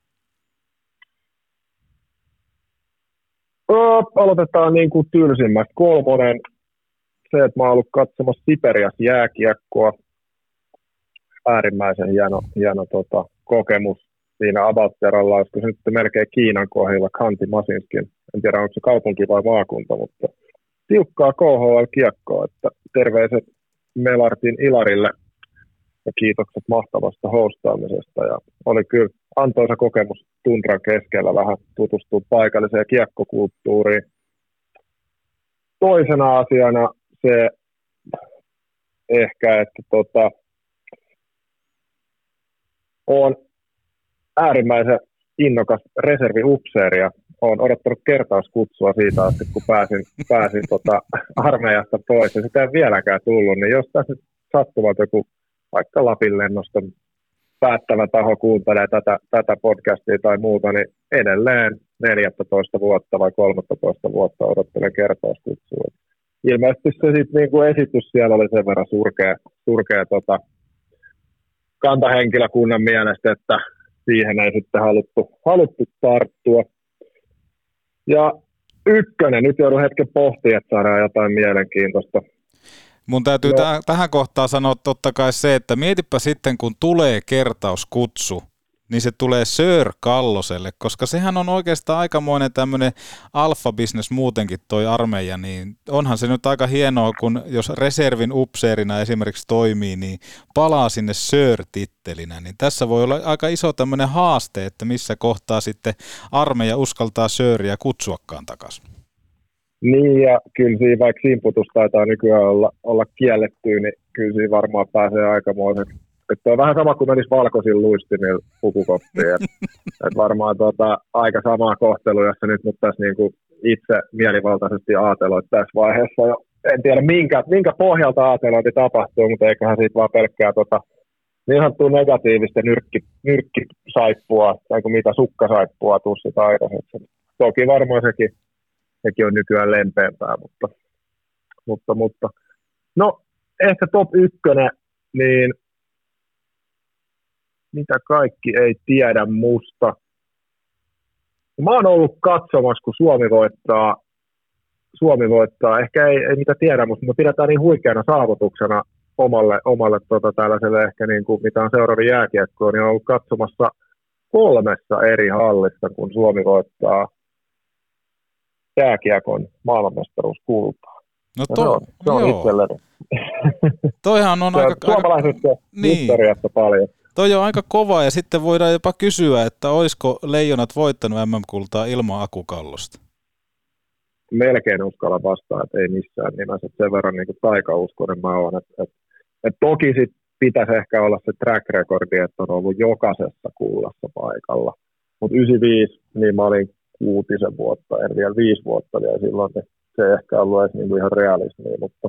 Aloitetaan niin kuin tylsimmästä. Kolmonen, se, että mä oon ollut katsomassa Siperiassa jääkiekkoa. Äärimmäisen hieno, hieno tota, kokemus siinä Abatteralla, olisiko se nyt melkein Kiinan kohdilla Khanty Mansijskin. En tiedä, onko se kaupunki vai maakunta, mutta tiukkaa K H L-kiekkoa, että terveiset Melartin Ilarille ja kiitokset mahtavasta hostaamisesta. Ja oli kyllä antoisa kokemus tundran keskellä vähän tutustua paikalliseen kiekkokulttuuriin. Toisena asiana se ehkä, että tota, on äärimmäisen innokas reserviupseeri ja olen odottanut kertauskutsua siitä asti, kun pääsin, pääsin tota armeijasta pois ja sitä ei vieläkään tullut, niin jos tässä sattuvat joku vaikka Lapin lennosta päättävä taho kuuntelee tätä, tätä podcastia tai muuta, niin edelleen neljätoista vuotta vai kolmetoista vuotta odottelen kertauskutsua. Ilmeisesti se sit, niin kuin esitys siellä oli sen verran surkea, surkea tota, kantahenkilökunnan mielestä, että siihen ei sitten haluttu, haluttu tarttua. Ja ykkönen, nyt joudun hetken pohtimaan, että saadaan jotain mielenkiintoista. Mun täytyy no. täh- tähän kohtaan sanoa totta kai se, että mietipä sitten, kun tulee kertauskutsu, niin se tulee Sir Kalloselle, koska sehän on oikeastaan aikamoinen tämmöinen alfa-business muutenkin toi armeija, niin onhan se nyt aika hienoa, kun jos reservin upseerina esimerkiksi toimii, niin palaa sinne Sir-tittelinä, niin tässä voi olla aika iso tämmöinen haaste, että missä kohtaa sitten armeija uskaltaa Siria kutsuakaan takaisin. Niin, ja kyllä siinä, vaikka simputus taitaa nykyään olla, olla kiellettyä, niin kyllä siinä varmaan pääsee aikamoiseksi. Että on vähän sama kuin menisi valkoisilla luistimilla pukukoppiin. Et, et varmaan tota, aika samaa kohtelua, jossa nyt mut tässä niinku itse mielivaltaisesti ajatellut tässä vaiheessa. Jo, en tiedä minkä, minkä pohjalta ajatelointi tapahtuu, mutta eiköhän siitä vaan pelkkää tota, niin sanottua negatiivista nyrkki, nyrkkisaippua, tai kuin mitä sukkasaippua tuu sitä aikaiseksi. Toki varmaan sekin, sekin on nykyään lempeämpää, mutta, mutta, mutta. No ehkä top ykkönen, niin mitä kaikki ei tiedä musta. Mä oon ollut katsomassa, kun Suomi voittaa, Suomi voittaa, ehkä ei, ei mitä tiedä, mutta me pidetään niin huikeana saavutuksena omalle, omalle tota, tällaiselle ehkä niin kuin, mitä on seuraavin jääkiekkoon, niin on ollut katsomassa kolmessa eri hallissa, kun Suomi voittaa jääkiekon maailmanmestaruuskultaa. No to, se on, se on itselleni. Toihan on aika... Suomalaisessa niin. historiassa paljon. Toi on aika kova ja sitten voidaan jopa kysyä, että olisiko Leijonat voittanut M M-kultaa ilman Aku Kallosta? Melkein uskalla vastaa, että ei missään nimessä. Sen verran niin kuin taikauskoinen mä oon. Et, et, et toki sit pitäisi ehkä olla se track recordi, että on ollut jokaisessa kullassa paikalla. Mutta yhdeksänkymmentäviisi, niin mä olin kuutisen vuotta, en vielä viisi vuotta vielä silloin, niin se ei ehkä ollut edes niin kuin ihan realismia. Mutta,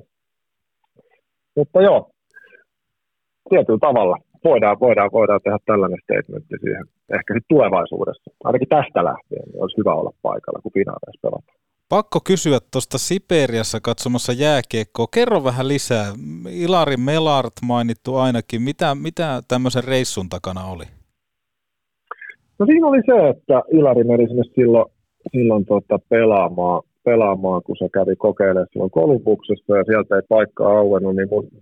mutta joo, tietyllä tavalla. Voidaan, voidaan, voidaan tehdä tällainen statementti siihen. Ehkä sitten tulevaisuudessa. Ainakin tästä lähtien niin olisi hyvä olla paikalla, kun finaaleissa pelataan. Pakko kysyä tuosta Siperiassa katsomassa jääkiekkoa. Kerro vähän lisää. Ilari Melart mainittu ainakin. Mitä, mitä tämmöisen reissun takana oli? No siinä oli se, että Ilari meni sinne silloin, silloin tota pelaamaan, pelaamaan, kun se kävi kokeilemaan silloin Kolumbuksessa ja sieltä ei paikkaa auennut, niin mun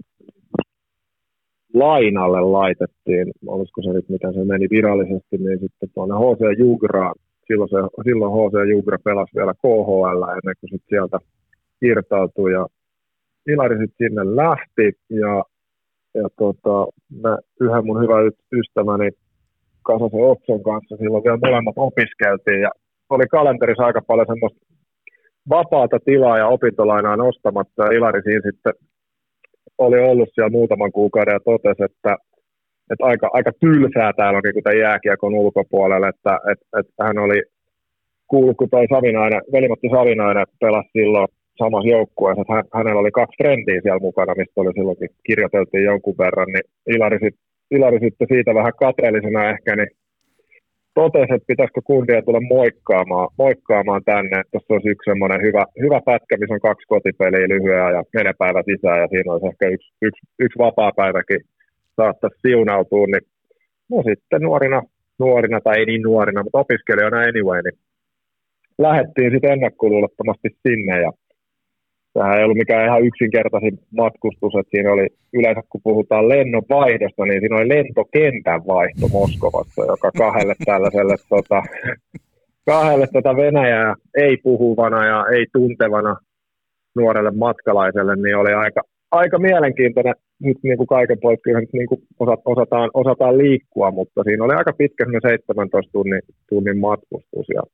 lainalle laitettiin, olisiko se nyt miten se meni virallisesti, niin sitten tuonne H C Jugraan, silloin, se, silloin H C Jugra pelasi vielä K H L ennen kuin sitten sieltä irtautui ja Ilari sitten sinne lähti ja, ja tota, mä yhden mun hyvä ystäväni Kasasen Otson kanssa silloin vielä molemmat opiskeltiin ja oli kalenterissa aika paljon semmoista vapaata tilaa ja opintolainaa nostamatta ja Ilari siinä sitten oli ollut siellä muutaman kuukauden ja totesi, että, että aika, aika tylsää täällä on niin tämän jääkiekon ulkopuolella, että et, et hän oli kuullut, kun toi Savinainen, Veli-Matti Savinainen pelasi silloin samassa joukkueessa, että hän, hänellä oli kaksi frendiä siellä mukana, mistä oli silloinkin kirjoiteltiin jonkun verran, niin Ilari, sit, Ilari sitten siitä vähän kateellisena ehkä, niin totesi, että pitäisikö kundia tulla moikkaamaan, moikkaamaan tänne, että tuossa olisi yksi semmoinen hyvä, hyvä pätkä, missä on kaksi kotipeliä lyhyen ajan neljä päivää sisään, ja siinä olisi ehkä yksi, yksi, yksi vapaa-päiväkin saattaisi siunautua, niin no sitten nuorina, nuorina tai ei niin nuorina, mutta opiskelijoina anyway, niin lähdettiin sitten ennakkoluulottomasti sinne, ja sehän ei ollut mikään ihan yksinkertaisin matkustus, että siinä oli yleensä, kun puhutaan lennonvaihdosta, niin siinä oli lentokentän vaihto Moskovassa, joka kahdelle tällaiselle tota, kahdelle tota Venäjää ei puhuvana ja ei tuntevana nuorelle matkalaiselle, niin oli aika, aika mielenkiintoinen. Nyt niin kuin kaiken pois, kyllä nyt niin kuin osataan, osataan liikkua, mutta siinä oli aika pitkä seitsemäntoista tunnin, tunnin matkustus, ja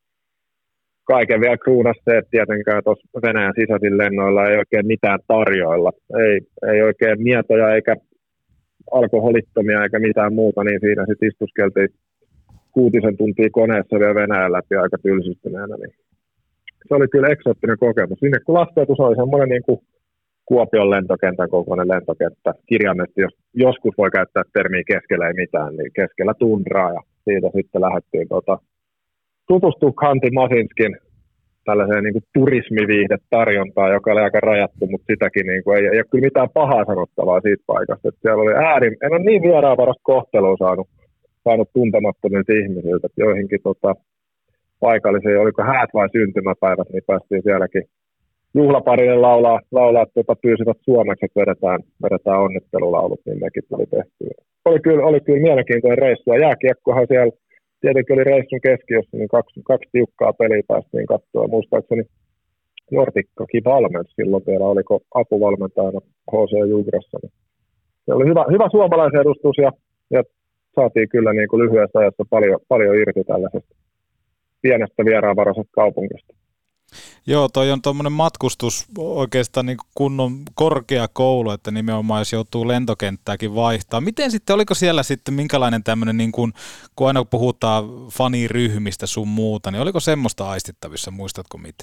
kaiken vielä kruunasi se, että tietenkään tuossa Venäjän sisäisillä lennoilla ei oikein mitään tarjoilla. Ei, ei oikein mietoja eikä alkoholittomia eikä mitään muuta, niin siinä sitten istuskeltiin kuutisen tuntia koneessa vielä Venäjän läpi aika tylsistyneenä. Niin se oli kyllä eksoottinen kokemus. Sinne kun laskeutus oli semmoinen niin kuin Kuopion lentokentän kokoinen lentokenttä. Kirjaimesti, jos joskus voi käyttää termiä keskellä ei mitään, niin keskellä tundraa, ja siitä sitten lähdettiin tota, tutustua Kanti Masinskin tällaiseen niin kuin turismiviihdetarjontaan, joka oli aika rajattu, mutta sitäkin niin kuin, ei, ei ole kyllä mitään pahaa sanottavaa siitä paikasta. Että siellä oli äärin, en ole niin vieraanvarasta kohtelua saanut, saanut tuntemattomilta ihmisiltä, että joihinkin tota, paikallisiin, oliko häät vai syntymäpäivät, niin päästiin sielläkin juhlaparille laulaa, laulaa että pyysivät suomeksi, että vedetään, vedetään onnittelulaulut, niin nekin tuli tehtyä. Oli kyllä, oli kyllä mielenkiintoinen reissu, ja jääkiekkohan siellä tietenkin oli reissun keskiössä, niin kaksi, kaksi tiukkaa peliä päästiin katsoa. Muistaakseni Jortikkakin valmensi silloin vielä, oliko apuvalmentajana H C Jugrassa. Niin se oli hyvä, hyvä suomalaisen edustus, ja, ja saatiin kyllä niin kuin lyhyessä ajassa paljon, paljon irti tällaisesta pienestä vieraanvaraisesta kaupungista. Joo, toi on tuommoinen matkustus oikeastaan niin kunnon korkeakoulu, että nimenomaan jos joutuu lentokenttääkin vaihtaa. Miten sitten, oliko siellä sitten minkälainen tämmöinen, niin kun, kun aina puhutaan faniryhmistä sun muuta, niin oliko semmoista aistittavissa, muistatko mitä?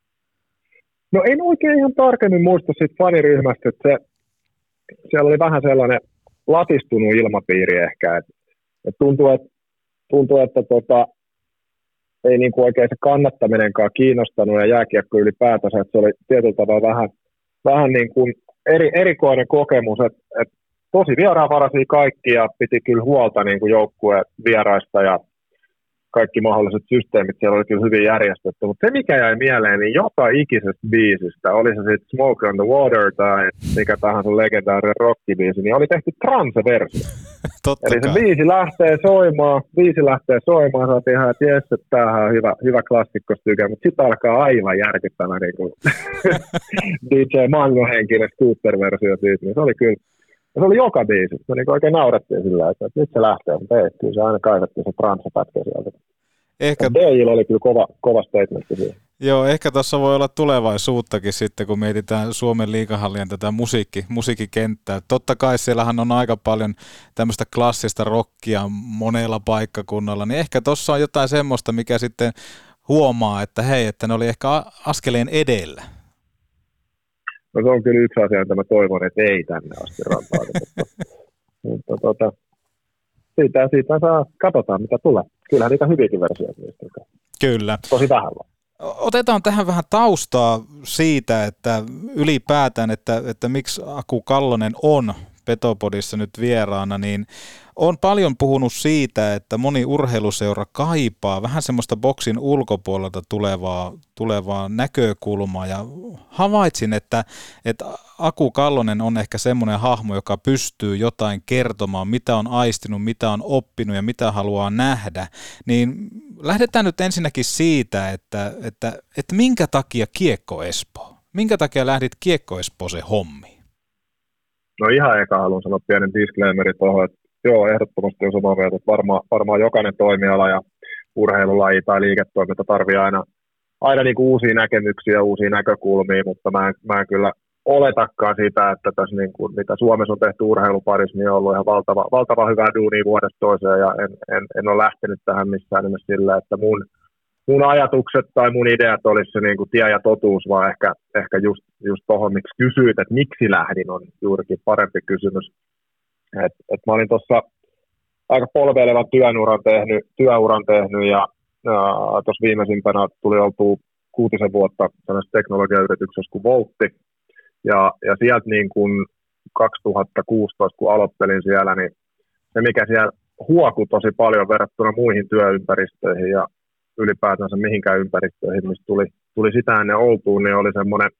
No en oikein ihan tarkemmin muista siitä faniryhmästä, että se, siellä oli vähän sellainen latistunut ilmapiiri ehkä, että, että tuntuu, että, tuntuu, että tota, ei niin kuin oikein se kannattaminenkaan kiinnostanut ja jääkiekko ylipäätänsä, että se oli tietyllä tavalla vähän, vähän niin kuin eri, erikoinen kokemus, että, että tosi vieraanvaraisia kaikki ja piti kyllä huolta niin kuin joukkueen vieraista ja kaikki mahdolliset systeemit siellä oli kyllä hyvin järjestetty, mutta se mikä jäi mieleen, niin joka ikisestä biisistä, oli se sitten Smoke on the Water tai mikä tahansa legendaarinen rockibiisi, niin oli tehty transe-versio. Eli se biisi lähtee soimaan, biisi lähtee soimaan, saatiin ihan, että jes, että tämähän on hyvä, hyvä klassikkostykä, mutta sitten alkaa aivan järkyttävä niin kuin D J Mango-henkinen scooter-versio siitä, niin se oli kyllä, se oli joka biisi, se niin oikein naurettiin sillä, että nyt se lähtee, mutta ei, kyllä se aina kaivettiin se transe-pätkä sieltä. Ehkä... D J:llä oli kyllä kova, kova statementti siihen. Joo, ehkä tuossa voi olla tulevaisuuttakin sitten, kun mietitään Suomen liigahallien tätä musiikki, musiikkikenttää. Totta kai siellähän on aika paljon tämmöistä klassista rockia monella paikkakunnalla, niin ehkä tuossa on jotain semmoista, mikä sitten huomaa, että hei, että ne oli ehkä askeleen edellä. No se on kyllä yksi asia, että mä toivon, että ei tänne asti rantaan, mutta, mutta tota, siitä, siitä saa, katsotaan mitä tulee. Kyllähän niitä hyviäkin versioita niistä. Kyllä. Tosi vähän vaan. Otetaan tähän vähän taustaa siitä, että ylipäätään, että, että miksi Aku Kallonen on Petopodissa nyt vieraana, niin on paljon puhunut siitä, että moni urheiluseura kaipaa vähän semmoista boksin ulkopuolelta tulevaa, tulevaa näkökulmaa, ja havaitsin, että, että Aku Kallonen on ehkä semmoinen hahmo, joka pystyy jotain kertomaan, mitä on aistinut, mitä on oppinut ja mitä haluaa nähdä, niin lähdetään nyt ensinnäkin siitä, että, että, että minkä takia Kiekko Espoo? Minkä takia lähdit Kiekko Espooseen hommiin? No ihan eka haluan sanoa pienen disclaimerin tuohon, että joo, ehdottomasti on samaa mieltä, että varmaan, varmaan jokainen toimiala ja urheilulaji tai liiketoiminta tarvii aina, aina niin kuin uusia näkemyksiä, uusia näkökulmia, mutta mä en, mä en kyllä oletakaan sitä, että tässä niin kuin, mitä Suomessa on tehty urheiluparissa, niin on ollut ihan valtava, valtava hyvää duunia vuodesta toiseen, ja en, en, en ole lähtenyt tähän missään nimessä sillä, että mun, mun ajatukset tai mun ideat olisi se niin kuin tie ja totuus, vaan ehkä, ehkä just, just tuohon, miksi kysyit, että miksi lähdin, on juurikin parempi kysymys. Et, et mä olin tuossa aika polveilevan työuran tehnyt, työuran tehnyt ja tuossa viimeisimpänä tuli oltua kuutisen vuotta tällaisessa teknologiayrityksessä kuin Voltti. Ja, ja sieltä niin kuin kaksituhattakuusitoista, kun aloittelin siellä, niin se mikä siellä huokui tosi paljon verrattuna muihin työympäristöihin ja ylipäätänsä mihinkään ympäristöihin, mistä tuli, tuli sitä ennen oltuun, niin oli semmoinen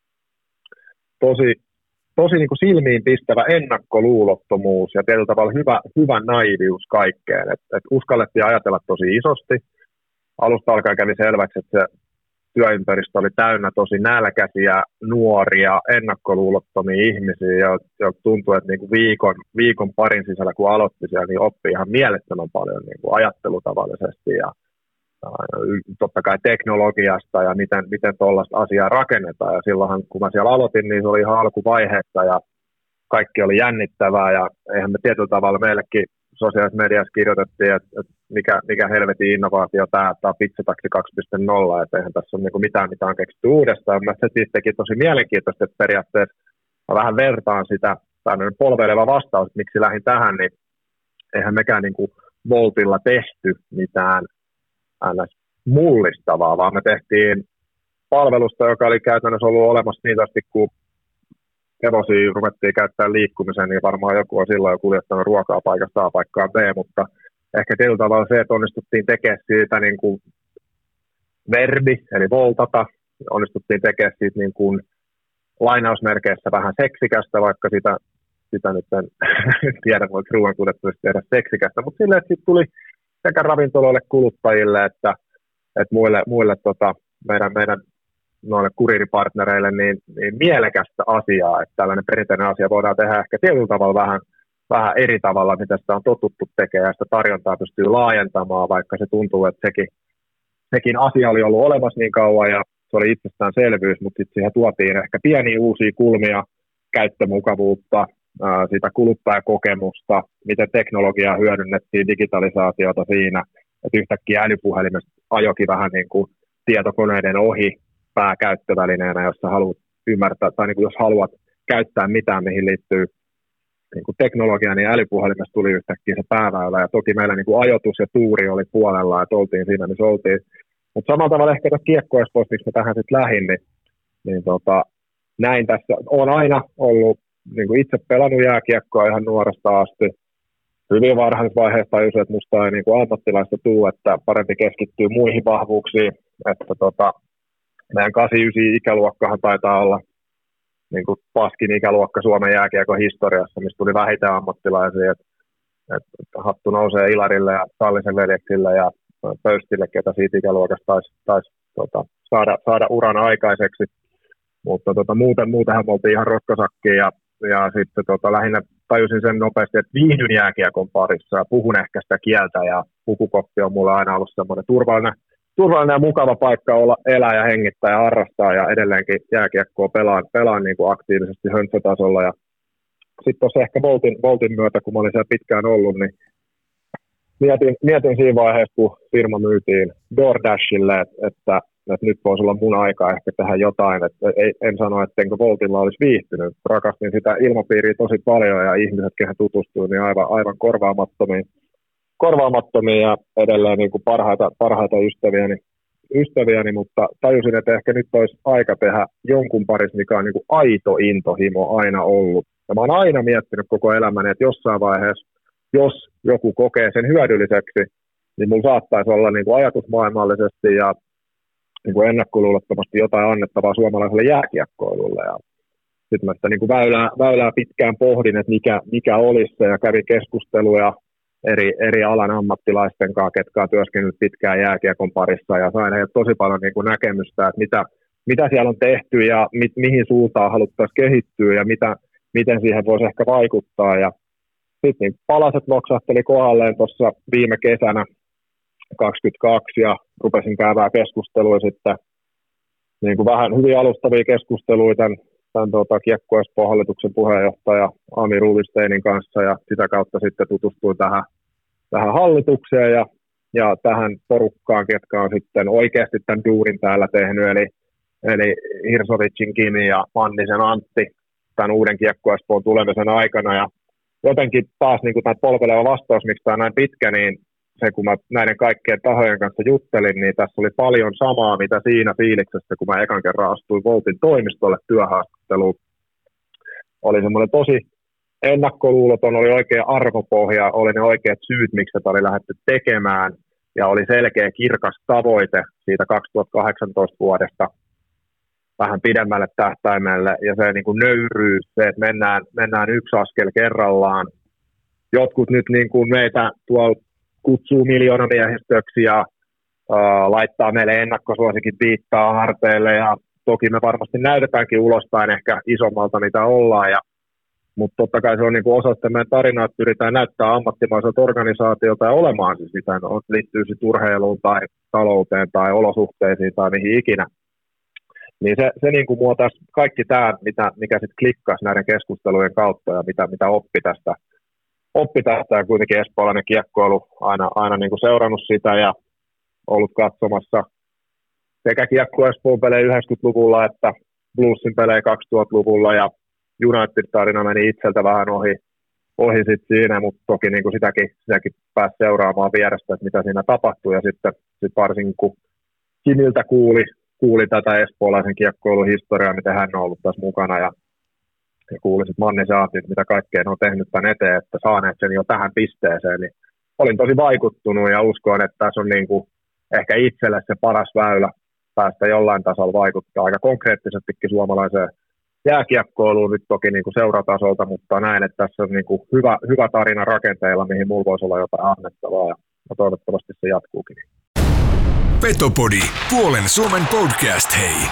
tosi, tosi niin kuin silmiin pistävä ennakkoluulottomuus ja tietyllä tavalla hyvä, hyvä naivius kaikkeen. Et, et uskallettiin ajatella tosi isosti. Alusta alkaen kävi selväksi, että se työympäristö oli täynnä tosi nälkäisiä, nuoria, ennakkoluulottomia ihmisiä, jo tuntui, että niinku viikon, viikon parin sisällä, kun aloitti siellä, niin oppi ihan mielettömän paljon niinku ajattelutavallisesti ja totta kai teknologiasta ja miten, miten tuollaista asiaa rakennetaan. Ja silloinhan, kun mä siellä aloitin, niin se oli ihan alkuvaiheessa ja kaikki oli jännittävää ja eihän me tietyllä tavalla meillekin sosiaalisessa mediassa kirjoitettiin, että, että mikä, mikä helvetin innovaatio tämä, tämä on Pizzataxi kaksi piste nolla, että eihän tässä ole niin kuin mitään, mitä on keksitty uudestaan. Mä se siis teki tosi mielenkiintoista, että periaatteessa mä vähän vertaan sitä, tämä on polveileva vastaus, että miksi lähdin tähän, niin eihän mekään niin kuin Voltilla tehty mitään mullistavaa, vaan me tehtiin palvelusta, joka oli käytännössä ollut olemassa niin asti, kun hevosia ruvettiin käyttämään liikkumiseen, niin varmaan joku on silloin jo kuljettanut ruokaa paikasta A paikkaan B, mutta ehkä tietyllä tavalla se, että onnistuttiin tekemään siitä niin kuin verbi, eli voltata, onnistuttiin tekemään siitä niin kuin lainausmerkeissä vähän seksikästä, vaikka sitä, sitä nyt en tiedä, voiko ruoan kuljettavasti tehdä seksikästä, mutta silleen, että siitä tuli sekä ravintoloille, kuluttajille, että, että muille, muille tota, meidän, meidän noille kuriiripartnereille niin, niin mielekästä asiaa, että tällainen perinteinen asia voidaan tehdä ehkä tietyllä tavalla vähän, vähän eri tavalla, mitä sitä on totuttu tekemään, ja sitä tarjontaa pystyy laajentamaan, vaikka se tuntuu, että sekin, sekin asia oli ollut olemassa niin kauan, ja se oli itsestäänselvyys, mutta sitten siihen tuotiin ehkä pieniä uusia kulmia, käyttömukavuutta, ää, sitä kuluttajakokemusta, miten teknologiaa hyödynnettiin, digitalisaatiota siinä, että yhtäkkiä älypuhelimesta ajokin vähän niin kuin tietokoneiden ohi, pääkäyttövälineenä, jos sä haluat ymmärtää, tai niin kuin jos haluat käyttää mitään, mihin liittyy niin kuin teknologia, niin älypuhelimesta tuli yhtäkkiä se pääväylä, ja toki meillä niin kuin ajoitus ja tuuri oli puolella, että oltiin siinä, missä oltiin. Mutta samalla tavalla ehkä tässä kiekkoespoissa, miksi mä tähän sitten lähdin, niin, niin tota, näin tässä, olen aina ollut niin kuin itse pelannut jääkiekkoa ihan nuoresta asti. Hyvin varhaisessa vaiheessa tajusin, että musta ei niin kuin ammattilaista tuu, että parempi keskittyy muihin vahvuuksiin, että tota, meidän kahdeksankymmentäyhdeksän ikäluokkahan taitaa olla niin kuin paskin ikäluokka Suomen jääkiekon historiassa, mistä tuli vähiten ammattilaisia. Et, et hattu nousee Ilarille ja Sallisen veljeksille ja Pöystille, ketä siitä ikäluokasta taisi tais, tota, saada, saada uran aikaiseksi. Mutta tota, muuten, muutenhan me oltiin ihan roskasakkiin ja, ja sitten tota, lähinnä tajusin sen nopeasti, että viihdyn jääkiekon parissa ja puhun ehkä sitä kieltä ja pukukoppi on mulle aina ollut semmoinen turvallinen turvallinen ja mukava paikka olla, elää ja hengittää ja harrastaa ja edelleenkin jääkiekkoa pelaan, pelaan niin kuin aktiivisesti höntsätasolla. Ja sitten tuossa ehkä Voltin, Voltin myötä, kun mä olin siellä pitkään ollut, niin mietin, mietin siinä vaiheessa, kun firma myytiin DoorDashille, että, että, että nyt voisi olla mun aika ehkä tehdä jotain. Että ei, en sano, että enkö Voltilla olisi viihtynyt. Rakastin sitä ilmapiiriä tosi paljon ja ihmiset, kehen tutustuin, niin aivan, aivan korvaamattomia. korvaamattomia ja edelleen niin kuin parhaita, parhaita ystäviäni, ystäviäni, mutta tajusin, että ehkä nyt olisi aika tehdä jonkun parissa, mikä on niin kuin aito intohimo aina ollut. Ja mä oon aina miettinyt koko elämäni, että jossain vaiheessa, jos joku kokee sen hyödylliseksi, niin mulla saattaisi olla niin kuin ajatusmaailmallisesti ja niin kuin ennakkoluulottomasti jotain annettavaa suomalaiselle jääkiekkoilulle. Ja sitten mä sitä niin kuin väylää, väylää pitkään pohdin, että mikä, mikä olisi se, ja kävi keskusteluja eri, eri alan ammattilaisten kanssa, ketkä on työskennellyt pitkään jääkiekon parissa, ja sain heiltä tosi paljon niin kuin näkemystä, että mitä, mitä siellä on tehty ja mi, mihin suuntaan haluttaisiin kehittyä ja mitä, miten siihen voisi ehkä vaikuttaa. Ja sitten niin palaset loksahteli kohdalleen tuossa viime kesänä kaksikymmentäkaksi ja rupesin käymään keskustelua sitten niin kuin vähän hyvin alustavia keskusteluja tämän tämän tuota, Kiekko Espoon hallituksen puheenjohtaja Ami Ruvisteinin kanssa ja sitä kautta sitten tutustuin tähän, tähän hallitukseen ja, ja tähän porukkaan, ketkä on sitten oikeasti tämän duurin täällä tehnyt, eli, eli Hirsovicin Kimi ja Mannisen Antti tämän uuden Kiekko Espoon tulemisen aikana ja jotenkin taas niin kuin tämä polveleva vastaus, miksi tämä on näin pitkä, niin se kun mä näiden kaikkien tahojen kanssa juttelin, niin tässä oli paljon samaa, mitä siinä fiiliksessä, kun mä ekan kerran astuin Voltin toimistolle työhaastatteluun. Oli semmoinen tosi ennakkoluuloton, oli oikea arvopohja, oli ne oikeat syyt, miksi tätä oli lähdetty tekemään, ja oli selkeä kirkas tavoite siitä kaksituhattakahdeksantoista vuodesta vähän pidemmälle tähtäimelle, ja se niin kuin nöyryys, se, että mennään, mennään yksi askel kerrallaan. Jotkut nyt niin kuin meitä tuolla kutsuu miljoonamiehistöksi ja uh, laittaa meille ennakkosuosikin viittaa harteille, ja toki me varmasti näytetäänkin ulospäin ehkä isommalta, mitä ollaan, ja, mutta totta kai se on niin kuin osa sitä meidän tarinaa, että pyritään näyttää ammattimaiselta organisaatiolta ja olemaan siis sitä, no, liittyy sitten urheiluun tai talouteen tai olosuhteisiin tai mihin ikinä. Niin se, se niin kuin mua tässä, kaikki tämä, mitä, mikä sitten klikkasi näiden keskustelujen kautta ja mitä, mitä oppi tästä, oppi tästä ja kuitenkin espoolainen kiekkoilu aina, aina niin kuin seurannut sitä ja ollut katsomassa sekä Kiekko Espoon pelejä yhdeksänkymmentäluvulla että Bluesin pelejä kaksituhattaluvulla ja United-tarina meni itseltä vähän ohi, ohi sit siinä, mutta toki niin kuin sitäkin, sitäkin pääsi seuraamaan vierestä, että mitä siinä tapahtui ja sitten sit varsinkin kun Kimiltä kuuli, kuuli tätä espoolaisen kiekkoilun historiaa, miten hän on ollut tässä mukana ja, ja kuuli sitten Mannisen Antin, mitä kaikkea on tehnyt tämän eteen, että saaneet sen jo tähän pisteeseen, niin olin tosi vaikuttunut ja uskon, että tässä on niin kuin ehkä itselle se paras väylä päästä jollain tasolla vaikuttaa aika konkreettisestikin suomalaiseen jääkiekkoiluun nyt toki niin kuin seuratasolta, mutta näen, että tässä on niin kuin hyvä, hyvä tarina rakenteilla, mihin mulla voisi olla jotain annettavaa ja, ja toivottavasti se jatkuukin. Petopodi, puolen Suomen podcast, hei!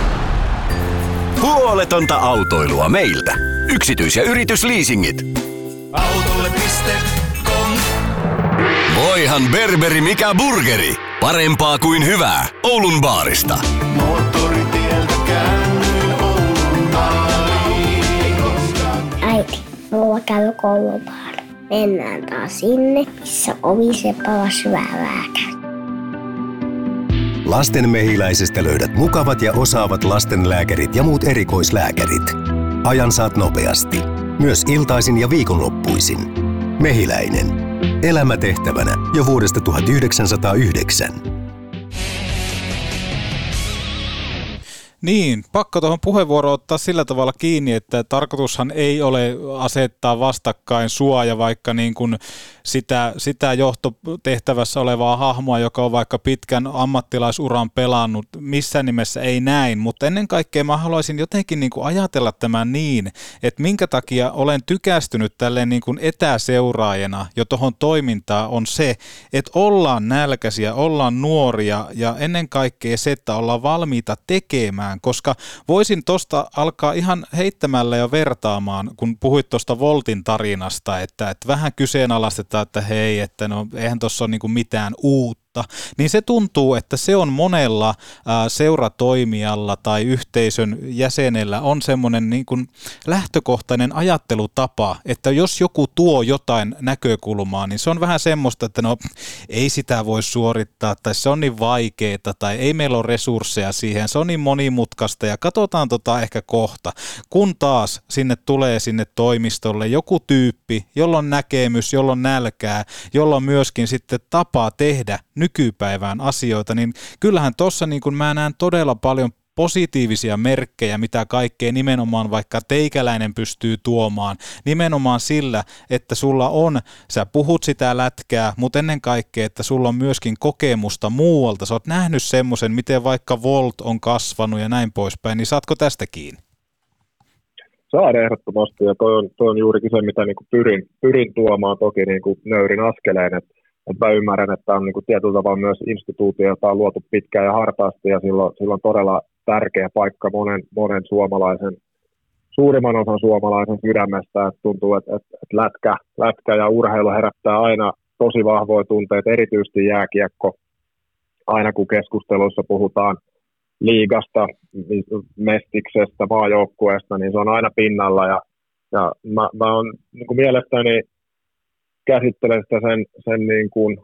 Huoletonta autoilua meiltä. Yksityis- ja yritysleasingit. Autolle piste com. Voihan berberi mikä burgeri. Parempaa kuin hyvää. Oulun baarista. Moottoritieltä käännyin Oulun baariin. Äiti, mulla käy koulubaari. Mennään taas sinne, missä oviseppala syvälääkäri. Lastenmehiläisestä löydät mukavat ja osaavat lastenlääkärit ja muut erikoislääkärit. Ajan saat nopeasti. Myös iltaisin ja viikonloppuisin. Mehiläinen. Elämä tehtävänä jo vuodesta tuhatyhdeksänsataayhdeksän. Niin, pakko tuohon puheenvuoroon ottaa sillä tavalla kiinni, että tarkoitushan ei ole asettaa vastakkain sua ja vaikka niin kuin sitä, sitä johtotehtävässä olevaa hahmoa, joka on vaikka pitkän ammattilaisuran pelannut, missään nimessä ei näin, mutta ennen kaikkea mä haluaisin jotenkin niin kuin ajatella tämän niin, että minkä takia olen tykästynyt tälleen niin kuin etäseuraajana jo tuohon toimintaan on se, että ollaan nälkäisiä, ollaan nuoria ja ennen kaikkea se, että ollaan valmiita tekemään, koska voisin tuosta alkaa ihan heittämällä ja vertaamaan, kun puhuit tuosta Voltin tarinasta, että, että vähän kyseenalaistetaan, että hei, että no eihän tuossa ole niinku mitään uutta, niin se tuntuu, että se on monella ää, seuratoimijalla tai yhteisön jäsenellä on semmoinen niin kuin lähtökohtainen ajattelutapa, että jos joku tuo jotain näkökulmaa, niin se on vähän semmoista, että no ei sitä voi suorittaa tai se on niin vaikeaa tai ei meillä ole resursseja siihen, se on niin monimutkaista ja katsotaan tota ehkä kohta, kun taas sinne tulee sinne toimistolle joku tyyppi, jolla on näkemys, jolla on nälkää, jolla on myöskin sitten tapa tehdä nykypäivään asioita, niin kyllähän tuossa niin kuin mä näen todella paljon positiivisia merkkejä, mitä kaikkea nimenomaan vaikka teikäläinen pystyy tuomaan, nimenomaan sillä, että sulla on, sä puhut sitä lätkää, mutta ennen kaikkea, että sulla on myöskin kokemusta muualta, sä oot nähnyt semmoisen, miten vaikka Volt on kasvanut ja näin poispäin, niin saatko tästä kiinni? Saan ehdottomasti, ja toi on, toi on juurikin se, mitä niin kuin pyrin, pyrin tuomaan toki niin kuin nöyrin askeleen, että että mä ymmärrän, että on niin kuin tietyllä tavalla myös instituutio, jota on luotu pitkään ja hartaasti, ja silloin, silloin todella tärkeä paikka monen, monen suomalaisen, suurimman osan suomalaisen sydämestä, että tuntuu, että, että, että lätkä, lätkä ja urheilu herättää aina tosi vahvoja tunteita, erityisesti jääkiekko, aina kun keskusteluissa puhutaan liigasta, mestiksestä, maajoukkueesta, niin se on aina pinnalla ja, ja mä, mä on niin kuin mielestäni käsittelen sitä sen, sen niin kuin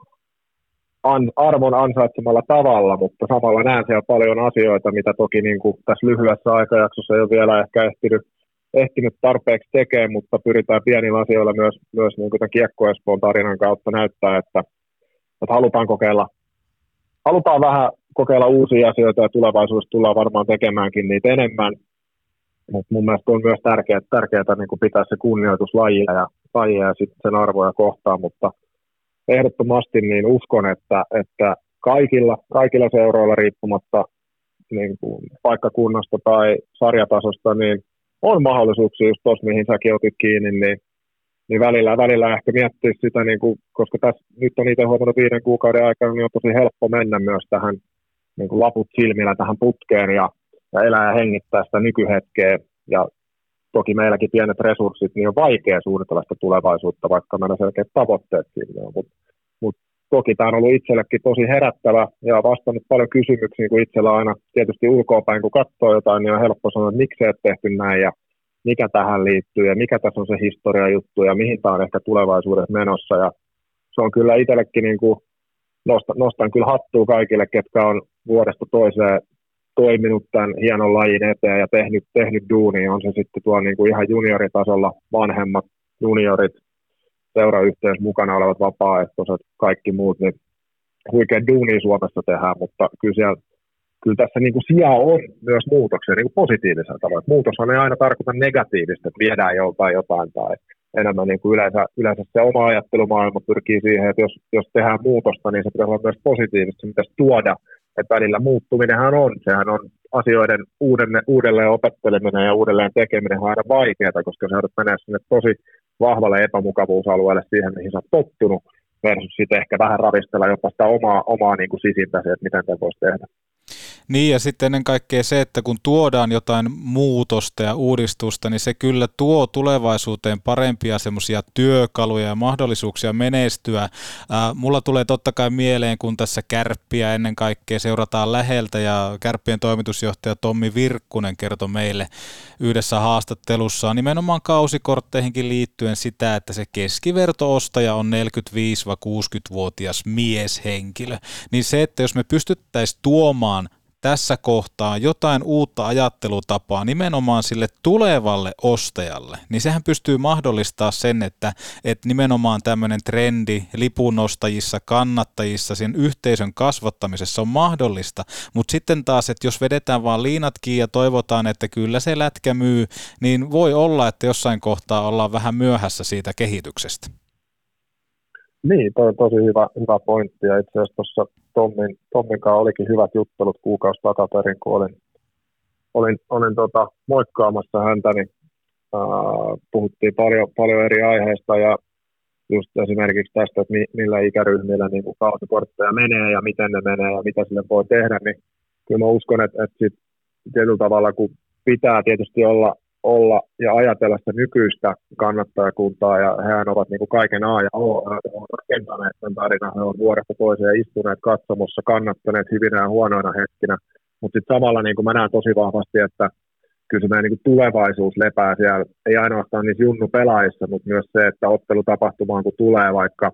an, arvon ansaitsemalla tavalla, mutta samalla näen siellä paljon asioita, mitä toki niin kuin tässä lyhyessä aikajaksossa ei ole vielä ehkä ehtinyt, ehtinyt tarpeeksi tekemään, mutta pyritään pienillä asioilla myös, myös niin kuin tämän Kiekko Espoon tarinan kautta näyttää, että, että halutaan kokeilla, halutaan vähän kokeilla uusia asioita ja tulevaisuudessa tullaan varmaan tekemäänkin niitä enemmän, mutta mun mielestä on myös tärkeää, tärkeää niin kuin pitää se kunnioitus lajia ja, lajia ja sitten sen arvoja kohtaan, mutta ehdottomasti niin uskon, että, että kaikilla, kaikilla seuroilla riippumatta niin kuin paikkakunnasta tai sarjatasosta, niin on mahdollisuuksia just tuossa, mihin säkin otit kiinni, niin, niin välillä, välillä ehkä miettiä sitä, niin kuin, koska tässä nyt on itse huomannut viiden kuukauden aikana, niin on tosi helppo mennä myös tähän niin kuin laput silmillä tähän putkeen ja, ja elää ja hengittää sitä nykyhetkeä. Ja toki meilläkin pienet resurssit, niin on vaikea suunnitella sitä tulevaisuutta, vaikka meillä selkeät tavoitteet sinne on. Mutta mut toki tämä on ollut itsellekin tosi herättävä ja vastannut paljon kysymyksiä, kun itsellä aina tietysti ulkoapäin, kun katsoo jotain, niin on helppo sanoa, että miksi et tehty näin ja mikä tähän liittyy ja mikä tässä on se historiajuttu ja mihin tämä on ehkä tulevaisuudessa menossa. Ja se on kyllä itsellekin, niin kuin, nostan, nostan kyllä hattua kaikille, ketkä on vuodesta toiseen toiminut tämän hienon lajin eteen ja tehnyt, tehnyt duunia. On se sitten tuo niin kuin ihan junioritasolla vanhemmat juniorit, seurayhteys mukana olevat vapaaehtoiset, kaikki muut, niin huikea duunia Suomessa tehdään, mutta kyllä, siellä, kyllä tässä niin kuin sijaa on myös muutoksia niin kuin positiivisella tavalla. Muutoshan ei aina tarkoita negatiivista, että viedään joltain jotain tai enemmän niin kuin yleensä, yleensä se oma ajattelumaailma pyrkii siihen, että jos, jos tehdään muutosta, niin se pitäisi olla myös positiivista, se pitäisi tuoda, että välillä muuttuminenhan on, sehän on asioiden uudelleen, uudelleen opetteleminen ja uudelleen tekeminen on aina vaikeaa, koska sä joudut mennä sinne tosi vahvalle epämukavuusalueelle siihen, mihin sä oot tottunut, versus sitten ehkä vähän ravistella jopa sitä omaa, omaa niin kuin sisintäsi, että miten tämä voisi tehdä. Niin ja sitten ennen kaikkea se, että kun tuodaan jotain muutosta ja uudistusta, niin se kyllä tuo tulevaisuuteen parempia semmoisia työkaluja ja mahdollisuuksia menestyä. Ää, mulla tulee totta kai mieleen, kun tässä Kärppiä ennen kaikkea seurataan läheltä ja Kärppien toimitusjohtaja Tommi Virkkunen kertoi meille yhdessä haastattelussaan nimenomaan kausikortteihinkin liittyen sitä, että se keskiverto-ostaja on neljäkymmentäviisi-kuusikymmentävuotias mieshenkilö. Niin se, että jos me pystyttäisiin tuomaan tässä kohtaa jotain uutta ajattelutapaa nimenomaan sille tulevalle ostajalle, niin sehän pystyy mahdollistamaan sen, että, että nimenomaan tämmöinen trendi lipunostajissa, kannattajissa, sen yhteisön kasvattamisessa on mahdollista, mutta sitten taas, että jos vedetään vaan liinat kiinni ja toivotaan, että kyllä se lätkä myy, niin voi olla, että jossain kohtaa ollaan vähän myöhässä siitä kehityksestä. Niin, toi on tosi hyvä, hyvä pointti ja itse asiassa tuossa Tommin, Tommin kanssa olikin hyvät juttelut kuukausi takaperin, kun olin, olin, olin tota, moikkaamassa häntä, niin ää, puhuttiin paljon, paljon eri aiheista ja just esimerkiksi tästä, että mi, millä ikäryhmillä niin kuin kausikortteja menee ja miten ne menee ja mitä sille voi tehdä, niin kyllä mä uskon, että, että sit tietyllä tavalla, kun pitää tietysti olla olla ja ajatella sitä nykyistä kannattajakuntaa, ja hehän ovat niin kuin kaiken A ja O, he ovat rakentaneet tämän tarinan, he ovat vuodesta toiseen istuneet katsomossa, kannattaneet hyvinä ja huonoina hetkinä, mutta sitten samalla niin kuin mä näen tosi vahvasti, että kyllä se meidän niin kuin tulevaisuus lepää siellä, ei ainoastaan niissä junnupelaajissa, mutta myös se, että ottelutapahtumaan kun tulee vaikka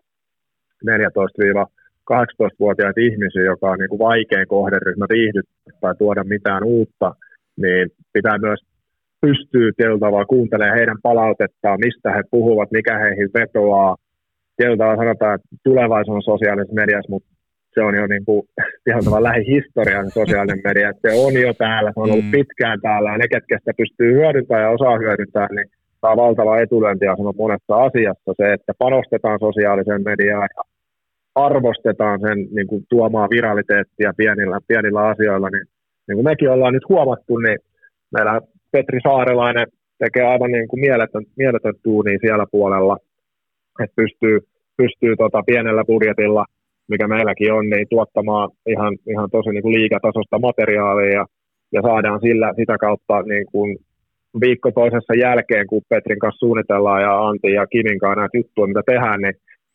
neljätoista-kahdeksantoista-vuotiaita ihmisiä, joka on niin kuin vaikein kohderyhmä viihdyttää tai tuoda mitään uutta, niin pitää myös pystyy tietyllä tavalla kuuntelemaan heidän palautettaan, mistä he puhuvat, mikä heihin vetoaa. Tietyllä tavalla sanotaan, että tulevaisuus on sosiaalisessa mediassa, mutta se on jo niin kuin, tietyllä tavalla lähihistorian sosiaalinen media. Se on jo täällä, se on ollut pitkään täällä, ja ne, ketkä sitä pystyy hyödyntämään ja osaa hyödyntää, niin saa valtava etulyöntiasema monessa asiassa. Se, että panostetaan sosiaaliseen mediaan ja arvostetaan sen niin kuin tuomaa viraliteettia pienillä, pienillä asioilla, niin, niin kuin mekin ollaan nyt huomattu, niin meillä Petri Saarelainen tekee aivan niin kuin mieletön, mieletön duunia siellä puolella, että pystyy, pystyy tota pienellä budjetilla, mikä meilläkin on, niin tuottamaan ihan, ihan tosi niin kuin liigatasosta materiaalia ja, ja saadaan sillä, sitä kautta niin kuin viikko toisessa jälkeen, kun Petrin kanssa suunnitellaan ja Antti ja Kimin kanssa näitä juttuja, mitä tehdään, niin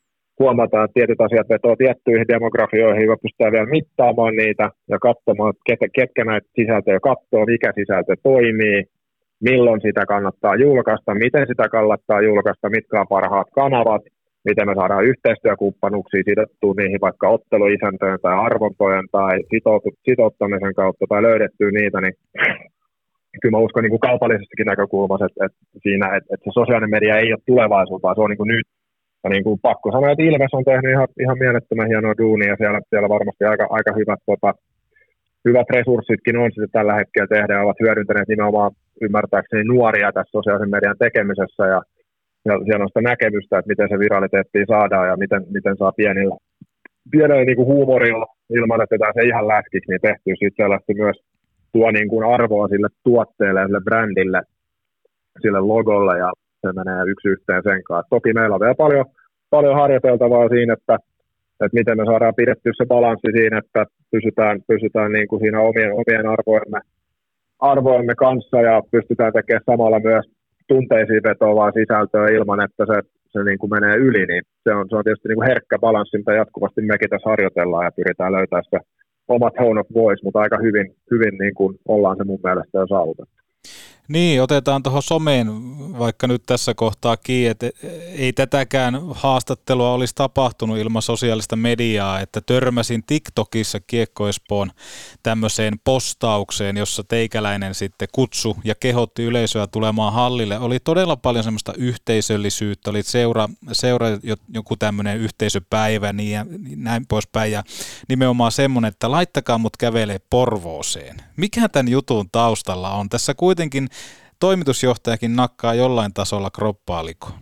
huomataan, että tietyt asiat vetoo tiettyihin demografioihin, ja pystytään vielä mittaamaan niitä ja katsomaan, ketkä, ketkä näitä sisältöjä katsoo, mikä sisältö toimii, milloin sitä kannattaa julkaista, miten sitä kannattaa julkaista, mitkä on parhaat kanavat, miten me saadaan yhteistyökumppanuuksia sidottua niihin vaikka otteluisäntöjen tai arvontojen tai sitouttamisen kautta tai löydettyä niitä, niin kyllä mä uskon niin kuin kaupallisessakin näkökulmassa, että, että siinä, että, että se sosiaalinen media ei ole tulevaisuutta, vaan se on niin kuin nyt. Ja niin kuin pakko sanoa, että Ilves on tehnyt ihan, ihan mielettömän hienoa duunia ja siellä, siellä varmasti aika, aika hyvät, tota, hyvät resurssitkin on sitten tällä hetkellä tehdä ja ovat hyödyntäneet nimenomaan ymmärtääkseni nuoria tässä sosiaalisen median tekemisessä ja, ja siellä on sitä näkemystä, että miten se viraliteettiin saadaan ja miten, miten saa pienillä, pienellä niin kuin huumorilla ilman, että jotain se ihan läskiksi, niin tehtyy sitten selvästi myös tuo niin kuin arvoa sille tuotteelle ja sille brändille, sille logolle ja se menee yksi yhteen sen kanssa. Toki meillä on vielä paljon, paljon harjoiteltavaa siinä, että, että miten me saadaan pidettyä se balanssi siinä, että pysytään, pysytään niin kuin siinä omien, omien arvoimme, arvoimme kanssa ja pystytään tekemään samalla myös tunteisiin vetoavaa sisältöä ilman, että se, se niin kuin menee yli. Niin se, on, se on tietysti niin kuin herkkä balanssi, mitä jatkuvasti mekin tässä harjoitellaan ja pyritään löytämään se oma tone of voice, mutta aika hyvin, hyvin niin kuin ollaan se mun mielestä jo saavutettu. Niin, otetaan tuohon someen vaikka nyt tässä kohtaa kiinni, että ei tätäkään haastattelua olisi tapahtunut ilman sosiaalista mediaa, että törmäsin TikTokissa Kiekko Espoon tämmöiseen postaukseen, jossa teikäläinen sitten kutsu ja kehotti yleisöä tulemaan hallille. Oli todella paljon semmoista yhteisöllisyyttä, oli seura, seura joku tämmöinen yhteisöpäivä niin ja näin poispäin ja nimenomaan semmoinen, että laittakaa mut kävelee Porvooseen. Mikä tämän jutun taustalla on? Tässä kuitenkin toimitusjohtajakin nakkaa jollain tasolla kroppaalikoon.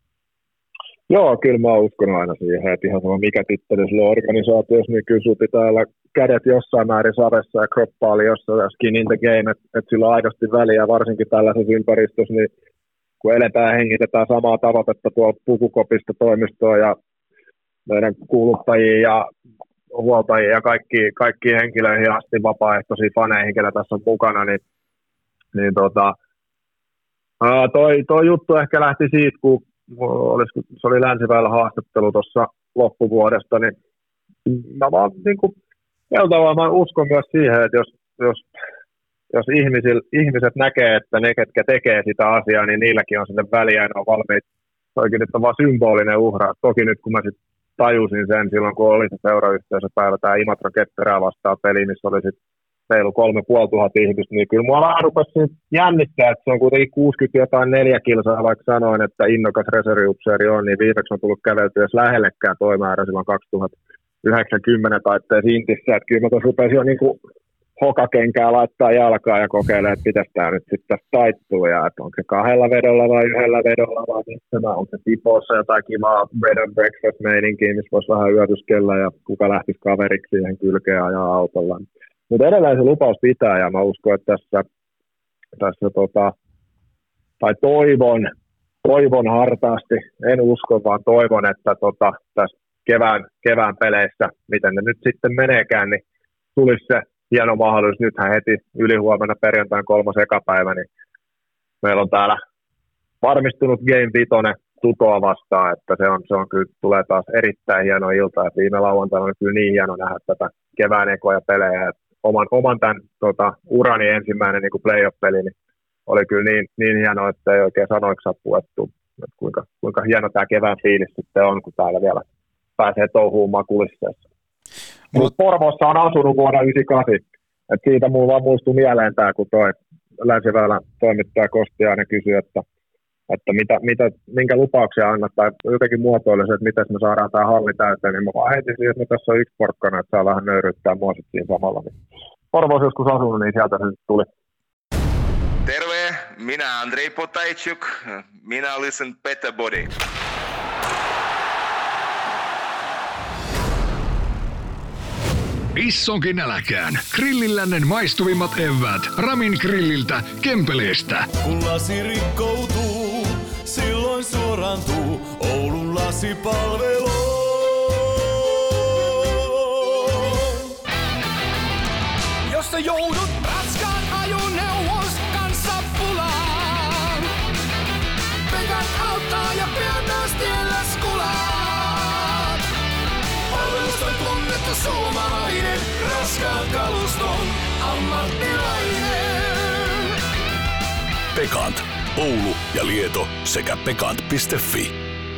Joo, kyllä mä uskon aina siihen, että ihan sama mikä titteli sulla on organisaatiossa, niin kyllä sulla pitää olla kädet jossain määrin savessa ja kroppaali jossain skin in the game, että, että sillä on aidosti väliä, varsinkin tällaisessa ympäristössä, niin kun eletään ja hengitetään samaa tavoitetta tuolla pukukopista toimistoon ja meidän kuuluttajia ja huoltajia ja kaikki, kaikkiin henkilöihin asti vapaaehtoisiin faneihin, ketä tässä on mukana, niin, niin tota, ää, toi, toi juttu ehkä lähti siitä, kun olisiko, se oli Länsiväylä haastattelu tuossa loppuvuodesta, niin mä vaan niin kuin, mä uskon myös siihen, että jos, jos, jos ihmisil, ihmiset näkee, että ne, ketkä tekee sitä asiaa, niin niilläkin on sinne väliä ja ne on valmiit. Toikin nyt on vaan symbolinen uhraus. Toki nyt kun mä sitten tajusin sen silloin, kun oli se seurayhteisöpäivä, tämä Imatra Ketterää vastaan peli, missä oli sitten reilu kolme puoli tuhatta ihmistä, niin kyllä mua vähän rupesi jännittää, että se on kuitenkin kuusikymmentä jotain neljä kilsaa, vaikka sanoin, että innokas reserviupseeri on, niin viimeksi on tullut käveltyä edes lähellekään toi määrä silloin kaksituhattayhdeksänkymmenen taitteessa Intissä, että kyllä mä tuossa rupesin jo niin kuin hokakenkää laittaa jalkaa ja kokeilee, että pitäisi tämä nyt sitten taittua, ja että onko se kahdella vedolla vai yhdellä vedolla vai missä, onko se tipossa jotain kivaa bread and breakfast meininkiä, missä voisi vähän yötyskellä ja kuka lähtisi kaveriksi siihen kylkeen ajaa autolla. Mutta edelleen se lupaus pitää, ja mä uskon, että tässä, tässä tota, tai toivon, toivon hartaasti, en usko, vaan toivon, että tota, tässä kevään, kevään peleissä, miten ne nyt sitten meneekään, niin tulisi se hieno mahdollisuus. Nythän heti ylihuomenna perjantain kolmas ekapäivä, niin meillä on täällä varmistunut Game Vitoinen Tutoa vastaan, että se on, se on kyllä, tulee taas erittäin hieno ilta, että viime lauantaina on kyllä niin hieno nähdä tätä kevään ekoja pelejä, että oman, oman tämän tota, urani ensimmäinen niin kuin playoff-peli, niin oli kyllä niin, niin hieno, että ei oikein sanoiksi saa puettua, että kuinka, kuinka hieno tämä kevään fiilis sitten on, kun täällä vielä pääsee touhuumaan kulisseessa. Mutta Porvoossa on asunut vuonna yhdeksänkymmentäkahdeksan, että siitä mulla vaan muistui mieleen tämä, kun toi Länsiväylän toimittaja Kostiainen kysyi, että, että mitä, mitä, minkä lupauksia annat, tai jotenkin muotoilisi, että miten me saadaan tämä halli täyteen, niin mä vaan heitin siihen, että tässä on yksi porkkana, että saa vähän nöyryttää mua sitten siinä samalla. Niin Porvoossa joskus asunut, niin sieltä se tuli. Terve, minä Andrei Potajčuk, minä listen Better Body. Issonkin äläkään. Grillillännen maistuvimmat eväät. Ramin grilliltä Kempeleestä. Kun lasi rikkoutuu, silloin suorantuu Oulun lasipalvelu. Jos sä joudut raskaan ajoneuvos kanssa pulaan, Pekan auttaa ja pian taas tiellä skulaat. suomalainen raskaan kaluston ammattilainen. Pekant. Oulu ja Lieto sekä pekant piste fi.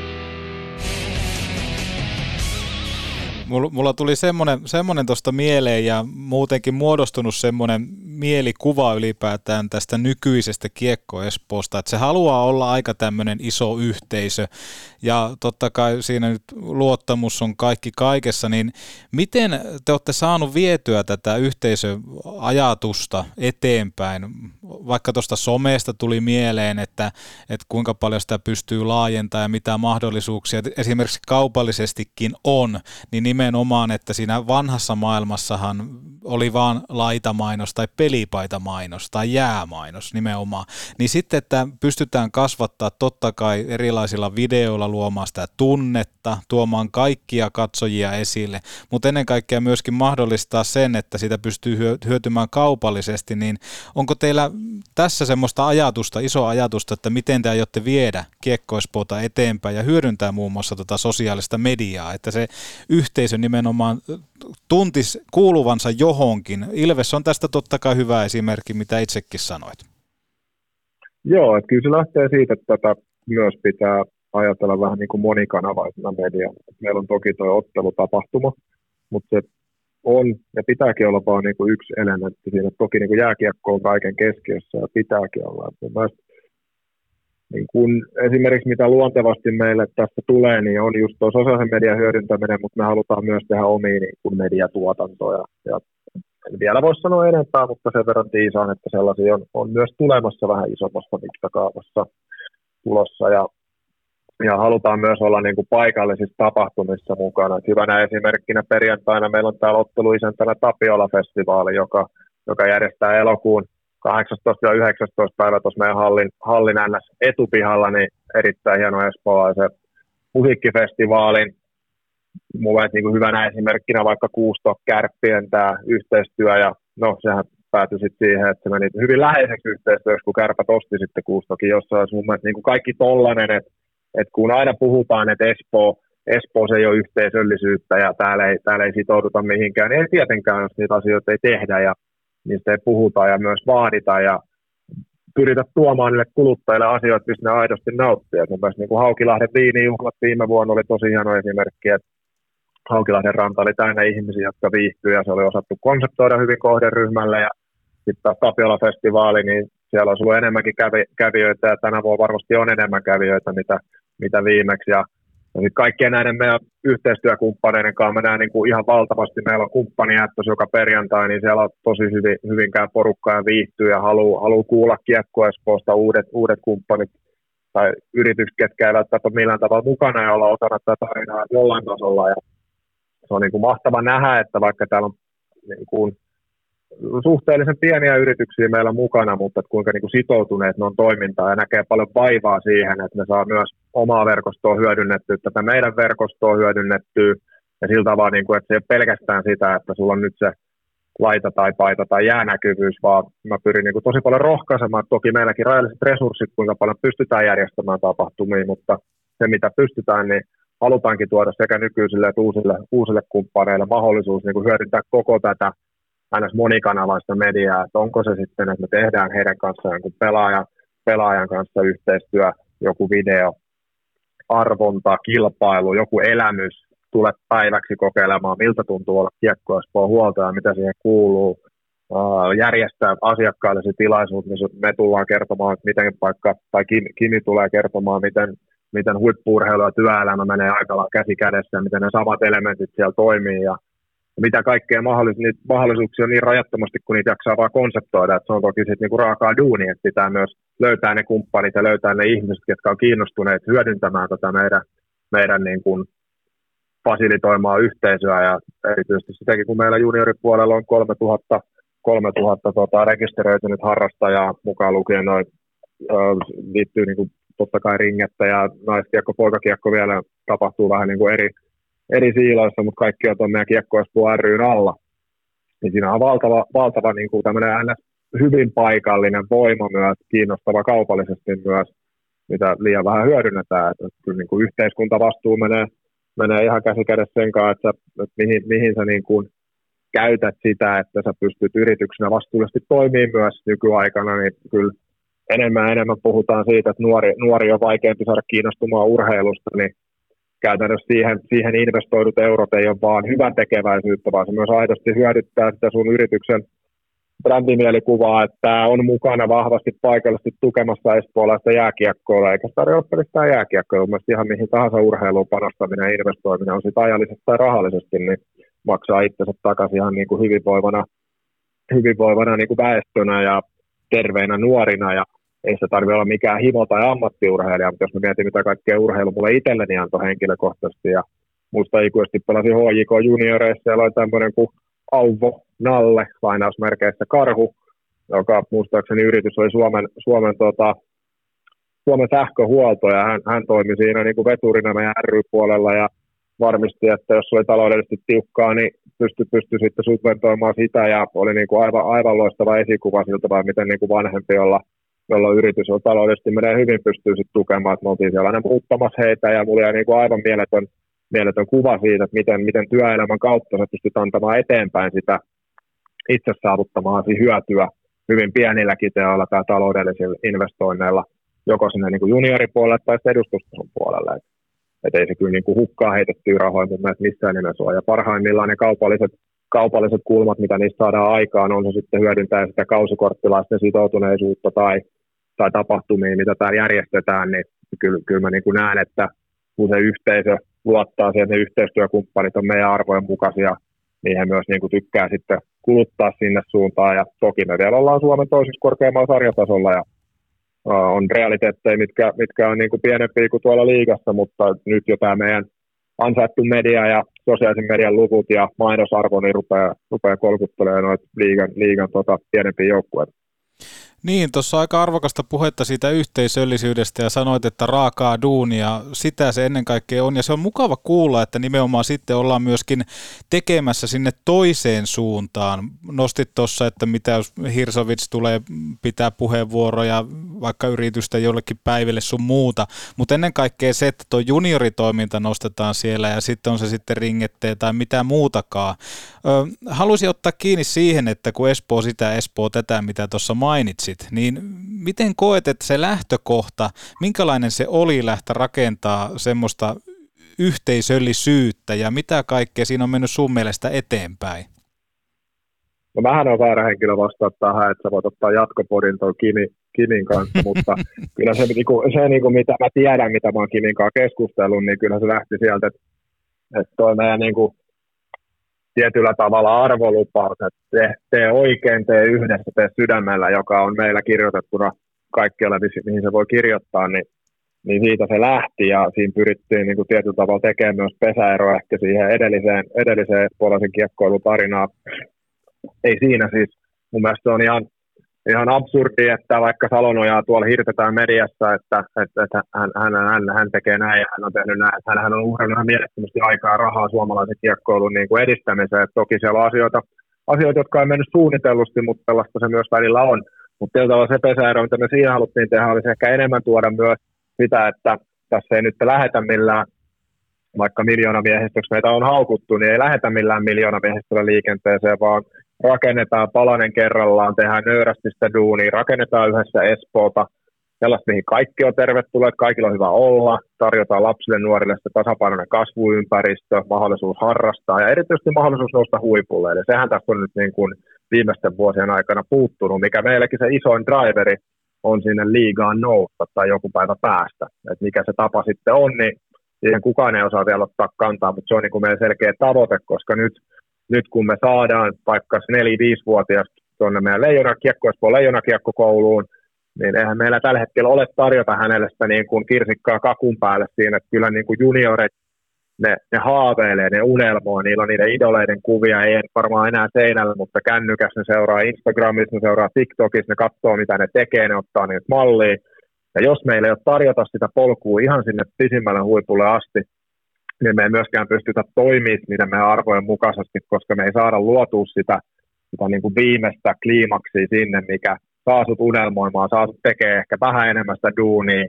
Mulla tuli semmoinen, semmoinen tuosta mieleen ja muutenkin muodostunut semmoinen mielikuva ylipäätään tästä nykyisestä Kiekko Espoosta, että se haluaa olla aika tämmöinen iso yhteisö ja totta kai siinä nyt luottamus on kaikki kaikessa, niin miten te olette saanut vietyä tätä yhteisöajatusta eteenpäin? Vaikka tuosta somesta tuli mieleen, että, että kuinka paljon sitä pystyy laajentamaan ja mitä mahdollisuuksia esimerkiksi kaupallisestikin on, niin nimenomaan, että siinä vanhassa maailmassahan oli vaan laitamainos tai pelipaitamainos tai jäämainos nimenomaan, niin sitten, että pystytään kasvattaa totta kai erilaisilla videoilla luomaan sitä tunnetta, tuomaan kaikkia katsojia esille, mutta ennen kaikkea myöskin mahdollistaa sen, että sitä pystyy hyötymään kaupallisesti, niin onko teillä tässä semmoista ajatusta, isoa ajatusta, että miten te aiotte viedä Kiekko Espoota eteenpäin ja hyödyntää muun muassa tota sosiaalista mediaa, että se yhteisö nimenomaan tuntisi kuuluvansa johonkin. Ilves on tästä totta kai hyvä esimerkki, mitä itsekin sanoit. Joo, että kyllä se lähtee siitä, että tätä myös pitää ajatella vähän niin kuin monikanavaisena mediana. Meillä on toki tuo ottelutapahtuma, mutta se on ja pitääkin olla vaan niin kuin yksi elementti siinä. Toki niin kuin jääkiekko on kaiken keskiössä ja pitääkin olla. Mielestäni niin kun esimerkiksi mitä luontevasti meille tästä tulee, niin on just tuo sosiaalisen median hyödyntäminen, mutta me halutaan myös tehdä omia niin kun mediatuotantoja. Ja en vielä voi sanoa enempää, mutta sen verran tiisaan, että sellaisia on, on myös tulemassa vähän isommassa mittakaavassa tulossa. Ja, ja halutaan myös olla niin kuin paikallisissa tapahtumissa mukana. Et hyvänä esimerkkinä perjantaina meillä on täällä otteluisäntänä Tapiola-festivaali, joka, joka järjestää elokuun kahdeksastoista ja yhdeksästoista päivä tuossa meidän hallin, hallin N S-etupihalla, niin erittäin hieno espoolaisen musiikkifestivaalin. Mulla on niin hyvänä esimerkkinä vaikka Kuustok Kärppien tämä yhteistyö, ja no sehän päätyi sitten siihen, että se meni hyvin läheiseksi yhteistyöksi, kun Kärpät osti sitten Kuustokin jossain. Mun mielestä niin kaikki tollainen, että, että kun aina puhutaan, että Espoo, Espoo se ei ole yhteisöllisyyttä ja täällä ei, täällä ei sitouduta mihinkään, niin ei tietenkään, jos niitä asioita ei tehdä ja niistä ei puhuta ja myös vaadita ja pyritä tuomaan niille kuluttajille asioita, mistä ne aidosti nauttii. Et mun mielestä niin kuin Haukilahden viinijuhlat viime vuonna oli tosi hieno esimerkki, että Haukilahden ranta oli täynnä ihmisiä, jotka viihtyy ja se oli osattu konseptoida hyvin kohderyhmälle ja sitten taas Tapiola-festivaali, niin siellä olisi ollut enemmänkin kävi, kävijöitä ja tänä vuonna varmasti on enemmän kävijöitä, mitä, mitä viimeksi. Ja, ja sitten kaikkien näiden meidän yhteistyökumppaneiden kanssa me näen niin kuin ihan valtavasti. Meillä on kumppaniättös joka perjantai, niin siellä on tosi hyvin, hyvinkään porukkaa ja viihtyy ja haluaa haluu kuulla Kiekko Espoosta uudet, uudet kumppanit tai yritykset, ketkä eivät ole millään tavalla mukana ja olla osana tätä tarinaa jollain tasolla. Ja se on niin kuin mahtava nähdä, että vaikka täällä on niin kuin suhteellisen pieniä yrityksiä meillä mukana, mutta että kuinka niin kuin sitoutuneet ne on toimintaan ja näkee paljon vaivaa siihen, että ne saa myös omaa verkostoa hyödynnettyä, tätä meidän verkostoa hyödynnettyä ja sillä tavalla, niin kuin, että se ei ole pelkästään sitä, että sulla on nyt se laita tai paita tai jäänäkyvyys, vaan mä pyrin niin kuin tosi paljon rohkaisemaan, että toki meilläkin rajalliset resurssit, kuinka paljon pystytään järjestämään tapahtumia, mutta se mitä pystytään, niin halutaankin tuoda sekä nykyisille että uusille, uusille kumppaneille mahdollisuus niin kuin hyödyntää koko tätä aina monikanavaista mediaa, että onko se sitten, että me tehdään heidän kanssaan jonkun pelaajan, pelaajan kanssa yhteistyö, joku video, arvonta, kilpailu, joku elämys, tule päiväksi kokeilemaan, miltä tuntuu olla Kiekko Espoon huoltaja, mitä siihen kuuluu, järjestää asiakkaille se tilaisuus, missä me tullaan kertomaan, että miten vaikka, tai Kimi, Kimi tulee kertomaan, miten, miten huippu-urheilu ja työelämä menee aika käsi kädessä, miten ne samat elementit siellä toimii, ja mitä kaikkea mahdollis- niitä mahdollisuuksia on niin rajattomasti, kun niitä jaksaa vaan konseptoida, että se on toki sitten niinku raakaa duunia, että pitää myös löytää ne kumppanit ja löytää ne ihmiset, jotka on kiinnostuneet hyödyntämään tätä meidän, meidän niin kuin fasilitoimaa yhteisöä, ja erityisesti sitäkin, kun meillä junioripuolella on kolmetuhatta, kolmetuhatta tota, rekisteröitynyt harrastajaa, mukaan lukien noin, liittyy niin kuin, totta kai ringettä ja naiskiekko, poikakiekko vielä tapahtuu vähän niin kuin eri, eri siiloissa, mutta kaikki on tuon meidän Kiekko Espoo ry:n alla. Niin siinä on valtava, valtava niin kuin tämmöinen hyvin paikallinen voima myös, kiinnostava kaupallisesti myös, mitä liian vähän hyödynnetään. Että kyllä niin kuin yhteiskuntavastuu menee, menee ihan käsi kädessä sen kanssa, että, sä, että mihin, mihin sä niin kuin käytät sitä, että sä pystyt yrityksenä vastuullisesti toimimaan myös nykyaikana, niin kyllä enemmän ja enemmän puhutaan siitä, että nuori, nuori on vaikeampi saada kiinnostumaan urheilusta, niin käytännössä siihen, siihen investoidut eurot ei ole vaan hyvän tekeväisyyttä, vaan se myös aidosti hyödyttää sitä sun yrityksen brändimielikuvaa, että tämä on mukana vahvasti paikallisesti tukemassa espoolaista jääkiekkoa, eikä se tarjolla pelkästään jääkiekkoa, mielestäni ihan mihin tahansa urheiluun panostaminen ja investoiminen on sitten ajallisesti tai rahallisesti, niin maksaa itsensä takaisin ihan niin kuin hyvinvoivana, hyvinvoivana niin kuin väestönä ja terveinä nuorina, ja ei se tarvitse olla mikään himo- tai ammattiurheilija, mutta jos mä mietin, mitä kaikkea urheilu mulle itselleni antoi henkilökohtaisesti, ja muista ikuisesti pelasin H J K junioreissa, ja oli tämmöinen kuin Auvo Nalle, lainausmerkeissä Karhu, joka muistaakseni yritys oli Suomen, Suomen, tota, Suomen sähköhuolto, ja hän, hän toimi siinä niin kuin veturina meidän ry-puolella, ja varmisti, että jos oli taloudellisesti tiukkaa, niin pystyi pysty sitten subventoimaan sitä, ja oli niin kuin aivan, aivan loistava esikuva siltä, vai miten niin kuin vanhempi, jolla, jolla yritys on taloudellisesti menee hyvin, pystyy sitten tukemaan, että me oltiin siellä aina muuttamassa heitä, ja mulla jäi niin kuin aivan mieletön, mieletön kuva siitä, että miten, miten työelämän kautta sä pystyt antamaan eteenpäin sitä itse saavuttamaasi hyötyä hyvin pienilläkin teoilla tai taloudellisilla investoinneilla, joko sinne niin kuin junioripuolelle tai sitten edustustason puolelle. Että ei se kyllä niin kuin hukkaa heitettyä rahoja mun mielestä missään nimessä ole. Ja parhaimmillaan ne kaupalliset, kaupalliset kulmat, mitä niistä saadaan aikaan, on se sitten hyödyntää sitä kausikorttilaisten sitoutuneisuutta tai, tai tapahtumia, mitä täällä järjestetään, niin kyllä, kyllä mä niin kuin näen, että kun se yhteisö luottaa siihen, että ne yhteistyökumppanit on meidän arvojen mukaisia, niin he myös niin kuin tykkää sitten kuluttaa sinne suuntaan. Ja toki me vielä ollaan Suomen toisessa korkeammalla sarjatasolla ja on realiteetteja, mitkä, mitkä on niin kuin pienempiä kuin tuolla liigassa, mutta nyt jo tämä meidän ansaittu media ja sosiaalisen median luvut ja mainosarvo niin rupeaa, rupeaa kolkuttelemaan noita liigan, liigan tota, pienempiä joukkueita. Niin, tuossa aika arvokasta puhetta siitä yhteisöllisyydestä ja sanoit, että raakaa duunia, sitä se ennen kaikkea on. Ja se on mukava kuulla, että nimenomaan sitten ollaan myöskin tekemässä sinne toiseen suuntaan. Nostit tuossa, että mitä jos Hirsovits tulee pitää puheenvuoroja vaikka yritystä jollekin päiville sun muuta, mutta ennen kaikkea se, että tuo junioritoiminta nostetaan siellä ja sitten on se sitten ringetteä tai mitä muutakaan. Haluaisin ottaa kiinni siihen, että kun Espoo sitä, Espoo tätä, mitä tuossa mainitsit, niin miten koet, että se lähtökohta, minkälainen se oli lähteä rakentaa semmoista yhteisöllisyyttä ja mitä kaikkea siinä on mennyt sun mielestä eteenpäin? No mähän on väärä henkilö vastaa tähän, että sä voit ottaa jatkopodin tuon Kimi, Kimin kanssa, mutta kyllä se, se niin kuin, mitä mä tiedän, mitä mä oon Kimin kanssa keskustellut, niin kyllä se lähti sieltä, että, että toi meidän niin kuin, tietyllä tavalla arvolupaus, että tee, tee oikein, tee yhdessä, tee sydämellä, joka on meillä kirjoitettuna kaikkialla, mihin se voi kirjoittaa, niin, niin siitä se lähti ja siinä pyrittiin niin kuin tietyllä tavalla tekemään myös pesäero ehkä siihen edelliseen, edelliseen puolaisen kiekkoilutarinaan. Ei siinä siis, mun mielestä se on ihan, ihan absurdi, että vaikka Salonojaa tuolla hirtetään mediassa, että, että, että hän, hän, hän, hän tekee näin ja hän on tehnyt näin, että hän on uhrannut ihan mielettömästi aikaa rahaa suomalaisen kiekkoilun niin kuin edistämiseen. Että toki siellä on asioita, asioita, jotka on mennyt suunnitellusti, mutta tällaista se myös välillä on. Mutta tietyllä tavalla se pesäero, mitä me siinä haluttiin tehdä, olisi ehkä enemmän tuoda myös sitä, että tässä ei nyt lähetä millään, vaikka miljoonamiehistöksi meitä on haukuttu, niin ei lähetä millään miljoonamiehistöllä liikenteeseen, vaan rakennetaan palanen kerrallaan, tehdään nöyrästi sitä duunia, rakennetaan yhdessä Espoota, sellaista, mihin kaikki on tervetulleet, kaikilla on hyvä olla, tarjotaan lapsille, nuorille se tasapainoinen kasvuympäristö, mahdollisuus harrastaa ja erityisesti mahdollisuus nousta huipulle. Eli sehän tässä on nyt niin kuin viimeisten vuosien aikana puuttunut, mikä meilläkin se isoin driveri on sinne liigaan nousta tai joku päivä päästä. Et mikä se tapa sitten on, niin siihen kukaan ei osaa vielä ottaa kantaa, mutta se on niin kuin meidän selkeä tavoite, koska nyt Nyt kun me saadaan vaikka neljä-viisivuotias tuonne meidän leijona, kiekko Espoon leijonakiekkokouluun, niin eihän meillä tällä hetkellä ole tarjota hänelle sitä niin kuin kirsikkaa kakun päälle siinä, että kyllä niin kuin juniorit, ne, ne haaveilee, ne unelmoi, niillä on niiden idoleiden kuvia, ei varmaan enää seinällä, mutta kännykäs ne seuraa Instagramissa, ne seuraa TikTokissa, ne katsoo mitä ne tekee, ne ottaa niitä mallia, ja jos meillä ei ole tarjota sitä polkua ihan sinne pisimmälle huipulle asti, niin me ei myöskään pystytä toimimaan niiden meidän arvojen mukaisesti, koska me ei saada luotua sitä, sitä niin kuin viimeistä kliimaksia sinne, mikä saa sut unelmoimaan, saa sut tekee ehkä vähän enemmän sitä duunia,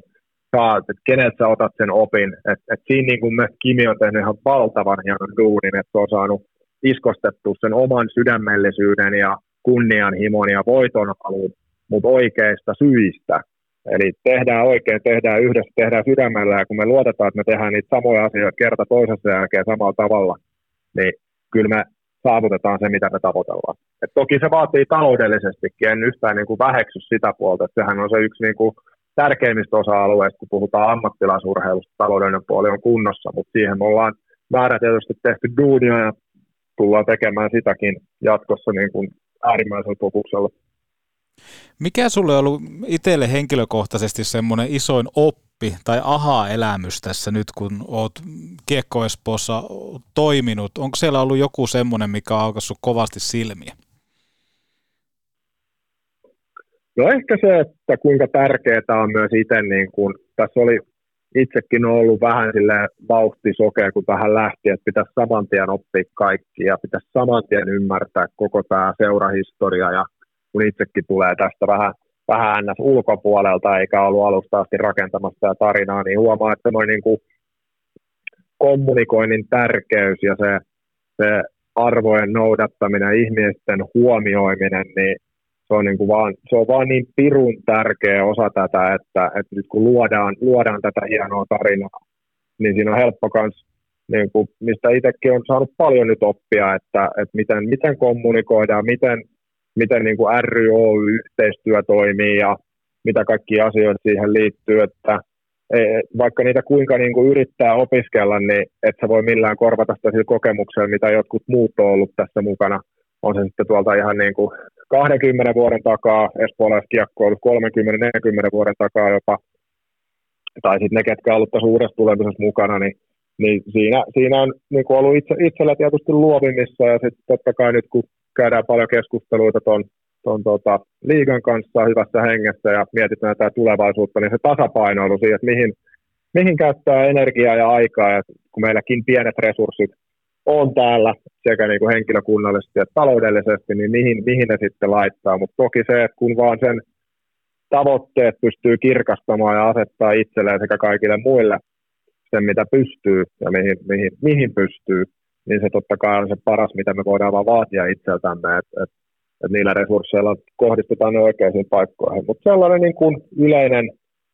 saa, että keneltä sä otat sen opin. Et, et siinä niin kuin me Kimi on tehnyt ihan valtavan hienon duunin, että se on saanut iskostettua sen oman sydämellisyyden ja kunnianhimon ja voitonhalun, mutta oikeista syistä. Eli tehdään oikein, tehdään yhdessä, tehdään sydämellä, ja kun me luotetaan, että me tehdään niitä samoja asioita kerta toisessa jälkeen samalla tavalla, niin kyllä me saavutetaan se, mitä me tavoitellaan. Et toki se vaatii taloudellisestikin, en yhtään niin kuin väheksy sitä puolta, että sehän on se yksi niin kuin tärkeimmistä osa-alueista, kun puhutaan ammattilaisurheilusta, taloudellinen puoli on kunnossa, mutta siihen me ollaan määrätietoisesti tehty duunia ja tullaan tekemään sitäkin jatkossa niin kuin äärimmäisellä fokuksella. Mikä sulle on ollut itselle henkilökohtaisesti semmoinen isoin oppi tai aha-elämys tässä nyt, kun oot Kiekko Espoossa toiminut? Onko siellä ollut joku semmoinen, mikä on aukaissut kovasti silmiä? No ehkä se, että kuinka tärkeää on myös itse, niin kun tässä oli itsekin ollut vähän silleen vauhtisokea, kun tähän lähti, että pitäisi saman tien oppia kaikki ja pitäisi saman tien ymmärtää koko tämä seurahistoria, ja kun itsekin tulee tästä vähän, vähän ns. Ulkopuolelta eikä ollut alusta asti rakentamassa tämä tarinaa, niin huomaa, että noin niin kuin kommunikoinnin tärkeys ja se, se arvojen noudattaminen, ihmisten huomioiminen, niin se on, niin kuin vaan, se on vaan niin pirun tärkeä osa tätä, että, että nyt kun luodaan, luodaan tätä hienoa tarinaa, niin siinä on helppo kans, niin kuin, mistä itsekin on saanut paljon nyt oppia, että, että miten, miten kommunikoidaan, miten, miten niin kuin R Y O Y-yhteistyö toimii ja mitä kaikkia asioita siihen liittyy, että vaikka niitä kuinka niin kuin yrittää opiskella, niin et sä voi millään korvata sitä sillä kokemuksella, mitä jotkut muut on ollut tässä mukana. On se sitten tuolta ihan niin kuin kaksikymmentä vuoden takaa, espoolaiskiekko on ollut kolmekymmentä neljäkymmentä vuoden takaa jopa, tai sitten ne, ketkä on ollut tässä uudessa tulemisessa mukana, niin, niin siinä, siinä on niin kuin ollut itse, itsellä tietysti luovimissa, ja sitten totta kai nyt kun käydään paljon keskusteluita ton, ton tota, liigan kanssa hyvässä hengessä ja mietitään tätä tulevaisuutta, niin se tasapainoilu siihen, että mihin, mihin käyttää energiaa ja aikaa, ja kun meilläkin pienet resurssit on täällä sekä niin kuin henkilökunnallisesti että taloudellisesti, niin mihin, mihin ne sitten laittaa. Mutta toki se, että kun vaan sen tavoitteet pystyy kirkastamaan ja asettaa itselleen sekä kaikille muille sen, mitä pystyy ja mihin, mihin, mihin pystyy, niin se totta kai on se paras, mitä me voidaan vaan vaatia itseltämme, että et, et niillä resursseilla kohdistetaan ne oikeisiin paikkoihin. Mutta sellainen niin kuin yleinen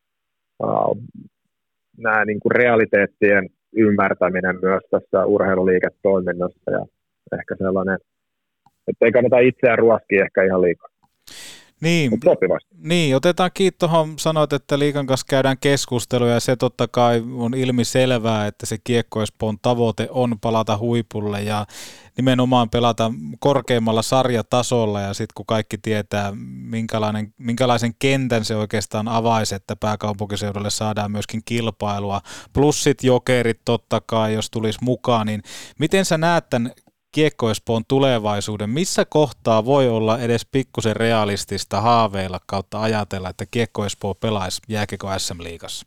uh, nämä niin kuin realiteettien ymmärtäminen myös tässä urheiluliiketoiminnassa ja ehkä sellainen, että ei kannata itseään ruoskia ehkä ihan liikaa. Niin, niin, otetaan kiinni tuohon, sanoit, että liigan kanssa käydään keskustelua ja se totta kai on ilmiselvää, että se Kiekko Espoon tavoite on palata huipulle ja nimenomaan pelata korkeimmalla sarjatasolla ja sitten kun kaikki tietää, minkälainen, minkälaisen kentän se oikeastaan avaisi, että pääkaupunkiseudulle saadaan myöskin kilpailua, plus sit Jokerit totta kai, jos tulisi mukaan, niin miten sä näet tämän Kiekko Espoon tulevaisuuden? Missä kohtaa voi olla edes pikkusen realistista haaveilla kautta ajatella, että Kiekko Espoo pelaisi jääkiekko S M-liigassa?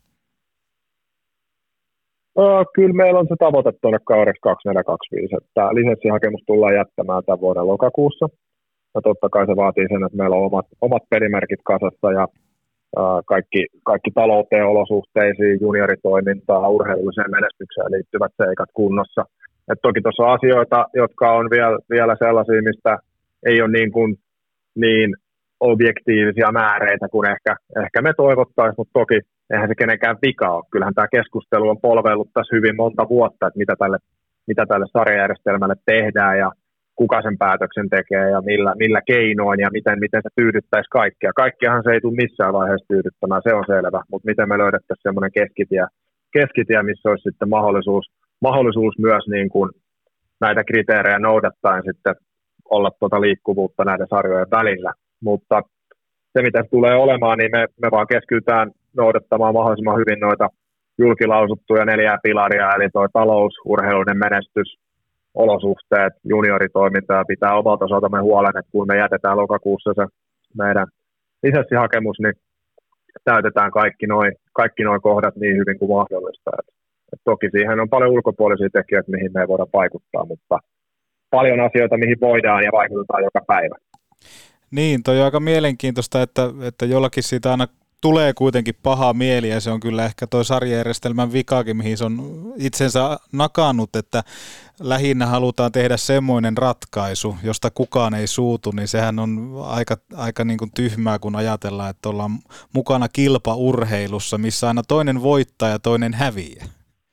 No, kyllä meillä on se tavoite tuonne kaudeksi kaksikymmentä kaksikymmentäviisi, että lisenssihakemus tullaan jättämään tämän vuoden lokakuussa. Ja totta kai se vaatii sen, että meillä on omat, omat pelimerkit kasassa ja ää, kaikki, kaikki talouteen, olosuhteisiin, junioritoimintaan, urheilulliseen menestykseen liittyvät seikat kunnossa. Et toki tuossa on asioita, jotka on vielä, vielä sellaisia, mistä ei ole niin, kuin, niin objektiivisia määreitä kuin ehkä, ehkä me toivottaisiin, mutta toki eihän se kenenkään vika ole. Kyllähän tämä keskustelu on polveillut tässä hyvin monta vuotta, että mitä tälle, mitä tälle sarjajärjestelmälle tehdään ja kuka sen päätöksen tekee ja millä, millä keinoin ja miten, miten se tyydyttäisi kaikkia. Kaikkiahan se ei tule missään vaiheessa tyydyttämään, se on selvä, mutta miten me löydettäisiin semmoinen keskitie, keskitie, missä olisi sitten mahdollisuus mahdollisuus myös niin kuin näitä kriteerejä noudattaen sitten olla tuota liikkuvuutta näiden sarjojen välillä. Mutta se, mitä se tulee olemaan, niin me, me vaan keskitytään noudattamaan mahdollisimman hyvin noita julkilausuttuja neljää pilaria, eli tuo talous, urheilullinen menestys, olosuhteet, junioritoiminta ja pitää omalta osaltamme huolen, että kun me jätetään lokakuussa se meidän lisenssihakemus, niin täytetään kaikki noin kaikki noi kohdat niin hyvin kuin mahdollista. Et toki siihen on paljon ulkopuolisia tekijöitä, mihin me ei voida vaikuttaa, mutta paljon asioita, mihin voidaan ja vaikutetaan joka päivä. Niin, toi on aika mielenkiintoista, että, että jollakin siitä aina tulee kuitenkin paha mieli, ja se on kyllä ehkä toi sarjajärjestelmän vikakin, mihin se on itsensä nakannut, että lähinnä halutaan tehdä semmoinen ratkaisu, josta kukaan ei suutu, niin sehän on aika, aika niin kuin tyhmää, kun ajatellaan, että ollaan mukana kilpaurheilussa, missä aina toinen voittaa ja toinen häviää.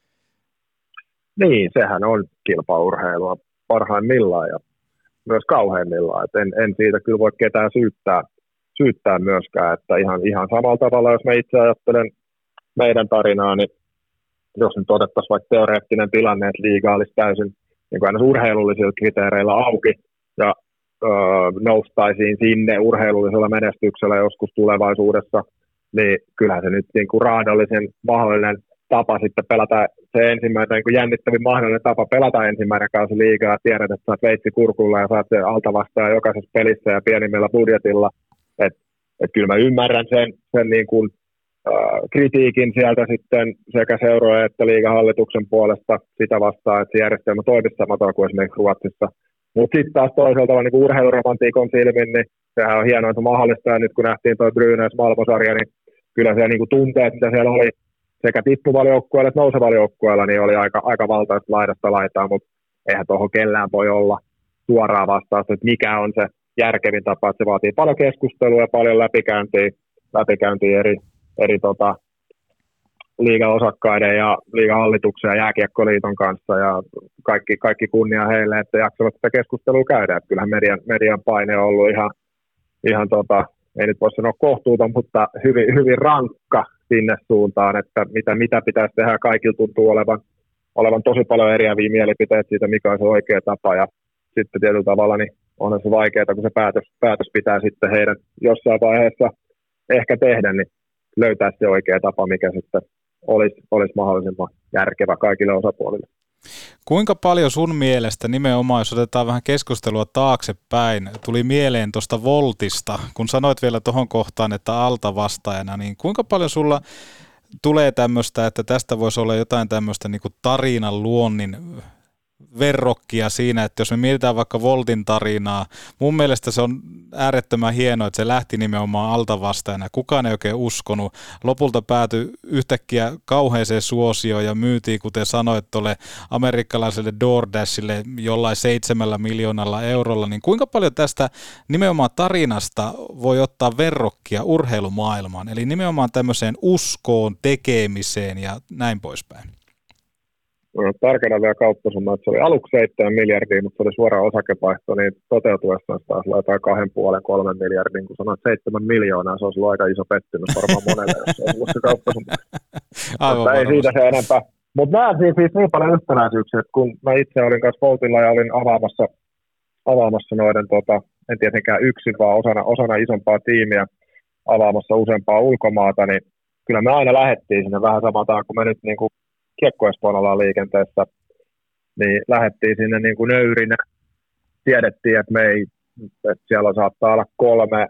Niin, sehän on kilpaurheilua parhaimmillaan ja myös kauheimmillaan. Et en, en siitä kyllä voi ketään syyttää, syyttää myöskään, että ihan, ihan samalla tavalla, jos mä itse ajattelen meidän tarinaa, niin jos nyt otettaisiin vaikka teoreettinen tilanne, että liiga olisi täysin niin kuin aina urheilullisilla kriteereillä auki ja öö, noustaisiin sinne urheilullisella menestyksellä joskus tulevaisuudessa, niin kyllähän se nyt niin kuin raadollisen mahdollinen tapa sitten pelata, se ensimmäinen niin kuin jännittävin mahdollinen tapa pelata ensimmäinen kausi liigaa, tiedät, että saat veitsi kurkulla ja saat sen alta vastaan jokaisessa pelissä ja pienimmillä budjetilla, että et kyllä mä ymmärrän sen, sen niin kuin kritiikin sieltä sitten sekä seurojen että liigahallituksen puolesta sitä vastaan, että se järjestelmä toimisi samalla kuin esimerkiksi Ruotsissa. Mutta sitten taas toisaalta niin urheiluromantiikon silmin, niin sehän on hienoa, että mahdollista. Ja nyt kun nähtiin tuo Brynäs Malmo-sarja, niin kyllä se niin tunteet, mitä siellä oli sekä tippuvalla joukkueella että nousevalla joukkueella, niin oli aika, aika valtaista laidasta laitaa, mutta eihän tuohon kellään voi olla suoraa vastausta, että mikä on se järkevin tapa, että se vaatii paljon keskustelua ja paljon läpikäyntiä, läpikäyntiä eri eri tota, liigaosakkaiden ja liigahallituksen ja jääkiekkoliiton kanssa ja kaikki, kaikki kunnia heille, että jaksavat sitä keskustelua käydä. Että kyllähän median, median paine on ollut ihan, ihan tota, ei nyt voi sanoa kohtuuton, mutta hyvin, hyvin rankka sinne suuntaan, että mitä, mitä pitäisi tehdä. Kaikilla tuntuu olevan, olevan tosi paljon eriäviä mielipiteitä siitä, mikä on se oikea tapa. Ja sitten tietyllä tavalla niin onhan se vaikeaa, kun se päätös, päätös pitää sitten heidän jossain vaiheessa ehkä tehdä, niin löytää se oikea tapa, mikä sitten olisi, olisi mahdollisimman järkevä kaikille osapuolille. Kuinka paljon sun mielestä nimenomaan, jos otetaan vähän keskustelua taaksepäin, tuli mieleen tuosta Voltista, kun sanoit vielä tuohon kohtaan, että alta vastaajana, niin kuinka paljon sulla tulee tämmöistä, että tästä voisi olla jotain tämmöistä niin kuin tarinan luonnin verrokkia siinä, että jos me mietitään vaikka Voltin tarinaa, mun mielestä se on äärettömän hienoa, että se lähti nimenomaan altavastaajana. Kukaan ei oikein uskonut. Lopulta päätyi yhtäkkiä kauheeseen suosioon ja myytiin, kuten sanoit, tuolle amerikkalaiselle DoorDashille jollain seitsemällä miljoonalla eurolla. Niin kuinka paljon tästä nimenomaan tarinasta voi ottaa verrokkia urheilumaailmaan? Eli nimenomaan tämmöiseen uskoon, tekemiseen ja näin poispäin. Tarkana vielä kauppasumma, että se oli aluksi seitsemän miljardia, mutta se oli suoraan osakevaihto, niin toteutuessaan taas laitetaan kahden puolen kolmen miljardin, kun sanoit seitsemän miljoonaa, se olisi ollut aika iso pettymys varmaan monelle, jos se olisi ollut se kauppasumma. Mutta ei siitä se enempää. Mutta näen siis, siis niin paljon yhtenäisyyksiä, että kun mä itse olin kanssa Voltilla ja olin avaamassa, avaamassa noiden, tota, en tietenkään yksin, vaan osana, osana isompaa tiimiä avaamassa useampaa ulkomaata, niin kyllä me aina lähdettiin sinne vähän samaltaan, kun me nyt niin kuin Kiekko Espoon ollaan liikenteessä, niin lähdettiin sinne niin kuin nöyrinä. Tiedettiin, että, me ei, että siellä saattaa olla kolme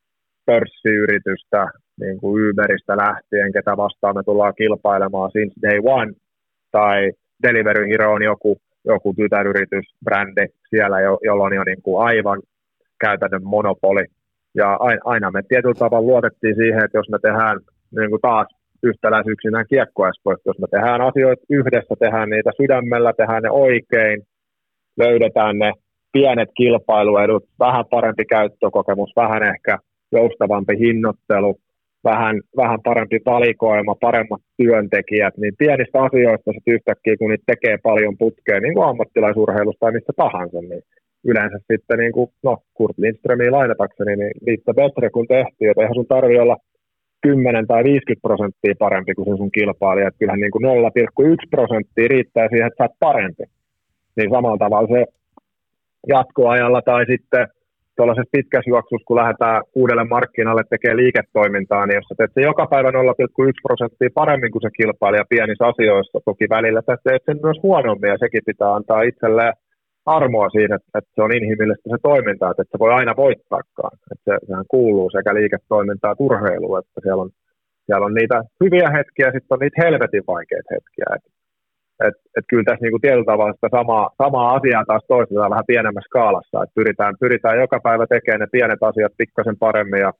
pörssiyritystä niin kuin Uberistä lähtien, ketä vastaan me tullaan kilpailemaan since day one, tai Delivery Hero on joku, joku tytäryritys, brändi siellä, jo, jolloin on jo niin kuin aivan käytännön monopoli. Ja aina me tietyllä tavalla luotettiin siihen, että jos me tehdään niin kuin taas yhtäläisyyksinään Kiekko Espoosta, jos me tehdään asioita yhdessä, tehdään niitä sydämellä, tehdään ne oikein, löydetään ne pienet kilpailuedut, vähän parempi käyttökokemus, vähän ehkä joustavampi hinnoittelu, vähän, vähän parempi valikoima, paremmat työntekijät, niin pienistä asioista sitten yhtäkkiä, kun niitä tekee paljon putkeen, niin kuin ammattilaisurheilusta tai mistä tahansa, niin yleensä sitten, niin kuin, no Kurt Lindströmiä lainatakseni, niin liittä betre kun tehtiin, että eihän sun tarvitse olla kymmenen tai viisikymmentä prosenttia parempi kuin se sun kilpailija, että kyllähän niin kuin nolla pilkku yksi prosenttia riittää siihen, että sä oot parempi. Niin samalla tavalla se jatkoajalla tai sitten tuollaisessa pitkässä juoksussa, kun lähdetään uudelle markkinalle tekemään liiketoimintaa, niin jos sä teet se joka päivä nolla pilkku yksi prosenttia paremmin kuin se kilpailija pienissä asioissa, toki välillä sä teet sen myös huonommin ja sekin pitää antaa itselleen armoa siinä, että, että se on inhimillistä se toiminta, että, että se voi aina voittaakaan. Että se, sehän kuuluu sekä liiketoimintaa että urheiluun, että siellä on, siellä on niitä hyviä hetkiä ja sitten on niitä helvetin vaikeita hetkiä. Että et, et kyllä tässä niinku tietyllä tavalla sitä samaa, samaa asiaa taas toistetaan vähän pienemmässä skaalassa. Että pyritään, pyritään joka päivä tekemään ne pienet asiat pikkasen paremmin ja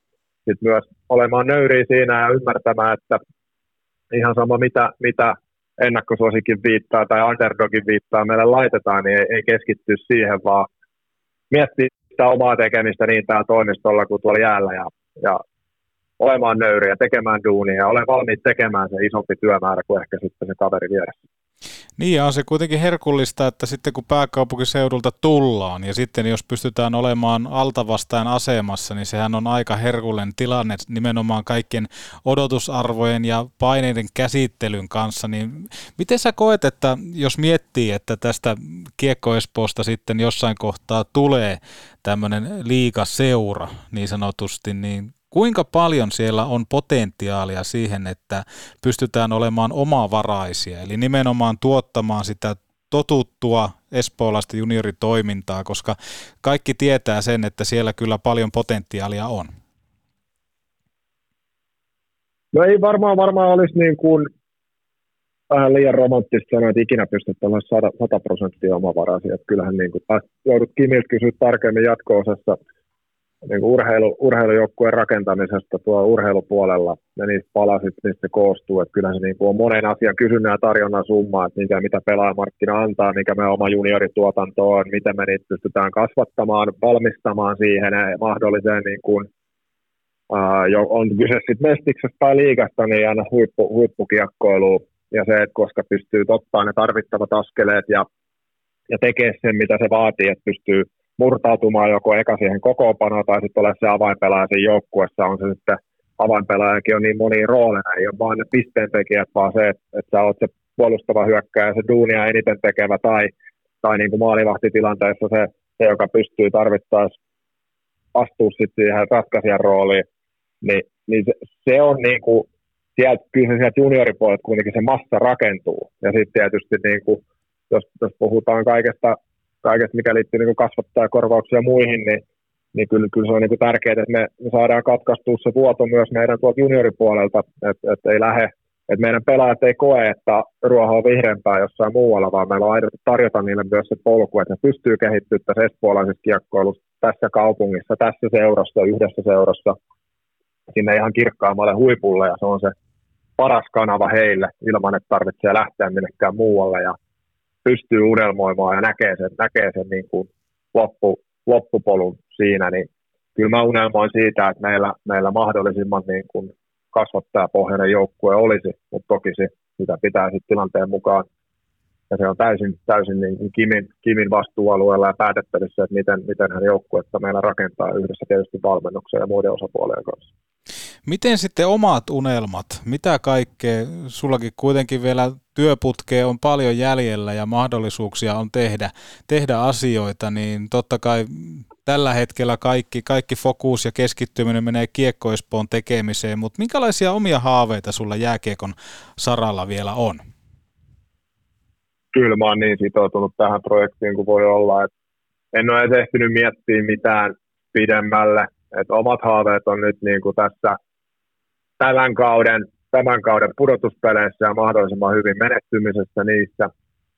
sit myös olemaan nöyriä siinä ja ymmärtämään, että ihan sama mitä, mitä ennakkosuosikin viittaa tai underdogin viittaa meille laitetaan, niin ei, ei keskitty siihen, vaan miettiä sitä omaa tekemistä niin täällä toimistolla kuin tuolla jäällä ja, ja olemaan nöyriä, tekemään duunia ja olen valmiit tekemään se isompi työmäärä kuin ehkä sitten se kaveri vieressä. Niin ja on se kuitenkin herkullista, että sitten kun pääkaupunkiseudulta tullaan ja sitten jos pystytään olemaan altavastaan asemassa, niin sehän on aika herkullinen tilanne nimenomaan kaikkien odotusarvojen ja paineiden käsittelyn kanssa. Niin miten sä koet, että jos miettii, että tästä Kiekko Espoosta sitten jossain kohtaa tulee tämmöinen liigaseura niin sanotusti, niin kuinka paljon siellä on potentiaalia siihen, että pystytään olemaan omavaraisia, eli nimenomaan tuottamaan sitä totuttua espoolaista junioritoimintaa, koska kaikki tietää sen, että siellä kyllä paljon potentiaalia on. No ei varmaan, varmaan olisi niin kuin vähän liian romanttista sanoa, että ikinä pystytään olemaan sata prosenttia omavaraisia. Että kyllähän niin kuin, joudut Kimiltä kysyä tarkemmin jatko-osassa niin kuin urheilu, urheilujoukkueen rakentamisesta tuolla urheilupuolella ja niistä palasit, mistä se koostuu. Että kyllähän se niin kuin on monen asian kysynnän ja tarjonnan summa, että mikä, mitä pelaajamarkkina antaa, mikä me oma juniorituotanto on, miten me niitä pystytään kasvattamaan, valmistamaan siihen mahdolliseen, niin kuin, ää, jo, on kyse sitten mestiksestä tai liigasta, niin aina huippu, huippukiekkoiluun. Ja se, että koska pystyy ottaa ne tarvittavat askeleet ja, ja tekee sen, mitä se vaatii, että pystyy murtautumaan joko eka siihen kokoonpanoon tai sitten ole se avainpelaaja siinä joukkuessa. On se sitten avainpelaajakin on niin monia rooleja, ei ole vain ne pisteentekijät, vaan se, että, että sä oot se puolustava hyökkääjä, se duunia eniten tekevä tai, tai niin kuin maalivahtitilanteessa se, se, joka pystyy tarvittaessa astua sitten siihen ratkaisijan rooliin, niin, niin se, se on niin kuin sieltä, kyllä se sieltä junioripuolelta kuitenkin se massa rakentuu. Ja sitten tietysti, niin kuin, jos, jos puhutaan kaikesta, kaikesta mikä liittyy niin kuin kasvattajakorvauksia ja muihin, niin, niin kyllä, kyllä se on niin kuin tärkeää, että me, me saadaan katkaistua se vuoto myös meidän tuolta junioripuolelta, että, että ei lähde, että meidän pelaajat ei koe, että ruoho on vihreämpää jossain muualla, vaan meillä on aidosti tarjota niille myös se polku, että ne pystyy kehittymään tässä espoolaisessa kiekkoilussa, tässä kaupungissa, tässä seurassa, yhdessä seurassa, sinne ihan kirkkaammalle huipulle, ja se on se paras kanava heille ilman, että tarvitsee lähteä minnekään muualle ja pystyy unelmoimaan ja näkee sen, näkee sen niin kuin loppu, loppupolun siinä, niin kyllä mä unelmoin siitä, että meillä, meillä mahdollisimman niin kuin kasvattajapohjainen joukkue olisi, mutta toki se, sitä pitää sitten tilanteen mukaan. Ja se on täysin, täysin niin kuin Kimin, Kimin vastuualueella ja päätettävissä, että miten, miten hän joukkuetta meillä rakentaa yhdessä tietysti valmennuksen ja muiden osapuolien kanssa. Miten sitten omat unelmat? Mitä kaikkea? Sullakin kuitenkin vielä työputkea on paljon jäljellä ja mahdollisuuksia on tehdä, tehdä asioita, niin totta kai tällä hetkellä kaikki, kaikki fokus ja keskittyminen menee Kiekko Espoon tekemiseen, mutta minkälaisia omia haaveita sulla jääkiekon saralla vielä on? Kyllä mä oon niin sitoutunut tähän projektiin kuin voi olla, että en ole edes ehtinyt miettiä mitään pidemmälle, että omat haaveet on nyt niin kuin tässä tämän kauden, tämän kauden pudotuspeleissä ja mahdollisimman hyvin menettymisessä niissä.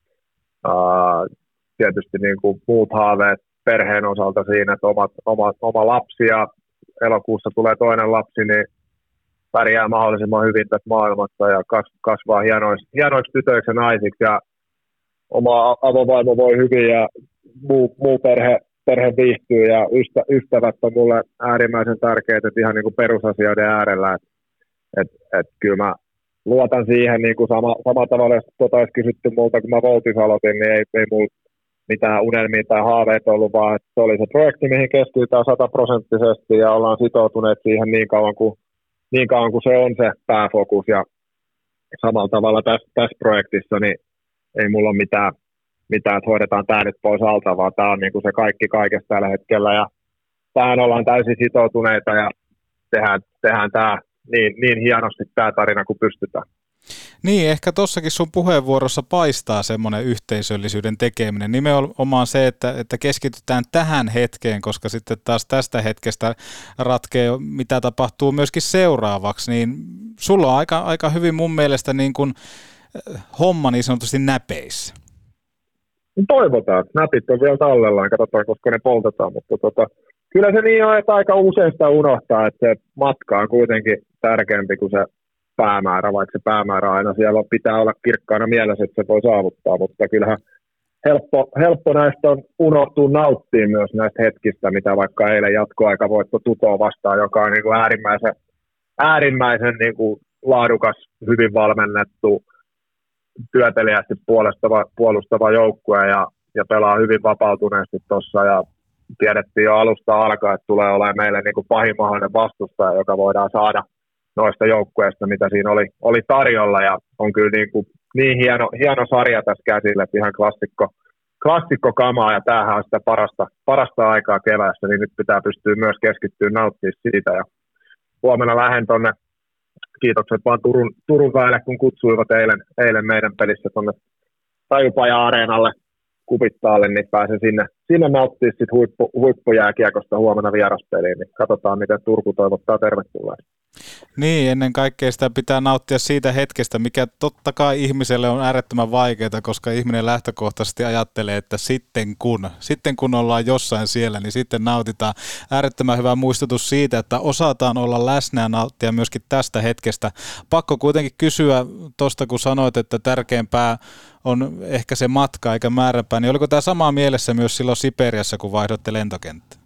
Uh, tietysti niin kuin muut haaveet perheen osalta siinä, että omat, oma, oma lapsi ja elokuussa tulee toinen lapsi, niin pärjää mahdollisimman hyvin tässä maailmassa ja kasvaa hienoiksi, hienoiksi tytöiksi ja naisiksi ja oma avovaimo voi hyvin ja muu, muu perhe, perhe viihtyy ja ystä, ystävät on mulle äärimmäisen tärkeitä ihan niin kuin perusasioiden äärellä. Et, et, et kyllä mä luotan siihen niin kuin sama, sama tavalla, jos tuota olisi kysytty multa, kun mä Voltis aloitin, niin ei, ei mulla mitään unelmia tai haaveita ollut, vaan että se oli se projekti, mihin keskitytään sataprosenttisesti ja ollaan sitoutuneet siihen niin kauan kuin, niin kauan kuin se on se pääfokus ja samalla tavalla tässä, tässä projektissa, niin ei mulla ole mitään, mitään, että hoidetaan tämä nyt pois alta, vaan tämä on niin kuin se kaikki kaikessa tällä hetkellä. Ja tähän ollaan täysin sitoutuneita ja tehdään, tehdään tämä niin, niin hienosti tämä tarina kuin pystytään. Niin, ehkä tuossakin sun puheenvuorossa paistaa semmoinen yhteisöllisyyden tekeminen. Nimenomaan se, että, että keskitytään tähän hetkeen, koska sitten taas tästä hetkestä ratkee, mitä tapahtuu myöskin seuraavaksi. Niin sulla on aika, aika hyvin mun mielestä niin kuin homma niin sanotusti näpeissä. Toivotaan. Näpit on vielä tallellaan. Katsotaan, koska ne poltetaan. Mutta tota, kyllä se niin on, että aika usein sitä unohtaa, että se matka on kuitenkin tärkeämpi kuin se päämäärä, vaikka se päämäärä aina siellä pitää olla kirkkaana mielessä, että se voi saavuttaa, mutta kyllähän helppo, helppo näistä on unohtua nauttia myös näistä hetkistä, mitä vaikka eilen jatkoaikavoitto Tutoa vastaan, joka on niin kuin äärimmäisen, äärimmäisen niin kuin laadukas, hyvin valmennettu, työteliästi puolustava, puolustava joukkue ja, ja pelaa hyvin vapautuneesti tuossa ja tiedettiin jo alusta alkaen, että tulee olemaan meille niin kuin pahin mahdollinen vastustaja, joka voidaan saada noista joukkueista, mitä siinä oli, oli tarjolla ja on kyllä niin, kuin, niin hieno, hieno sarja tässä käsillä, että ihan klassikko, klassikko kamaa ja tämähän on sitä parasta, parasta aikaa keväässä, niin nyt pitää pystyä myös keskittyä nauttimaan siitä ja huomenna lähden tuonne, kiitokset vaan Turun, Turun väelle, kun kutsuivat eilen, eilen meidän pelissä tuonne Tajupaja-areenalle Kupittaalle, niin pääsen sinne, sinne nauttimaan sit huippu, huippujääkiekosta huomenna vieraspeliin, niin katsotaan, miten Turku toivottaa tervetuloa. Niin, ennen kaikkea sitä pitää nauttia siitä hetkestä, mikä totta kai ihmiselle on äärettömän vaikeaa, koska ihminen lähtökohtaisesti ajattelee, että sitten kun, sitten kun ollaan jossain siellä, niin sitten nautitaan. Äärettömän hyvä muistutus siitä, että osataan olla läsnä ja nauttia myöskin tästä hetkestä. Pakko kuitenkin kysyä tuosta, kun sanoit, että tärkeämpää on ehkä se matka eikä määräpää, niin oliko tämä samaa mielessä myös silloin Siperiassa, kun vaihdoitte lentokenttää?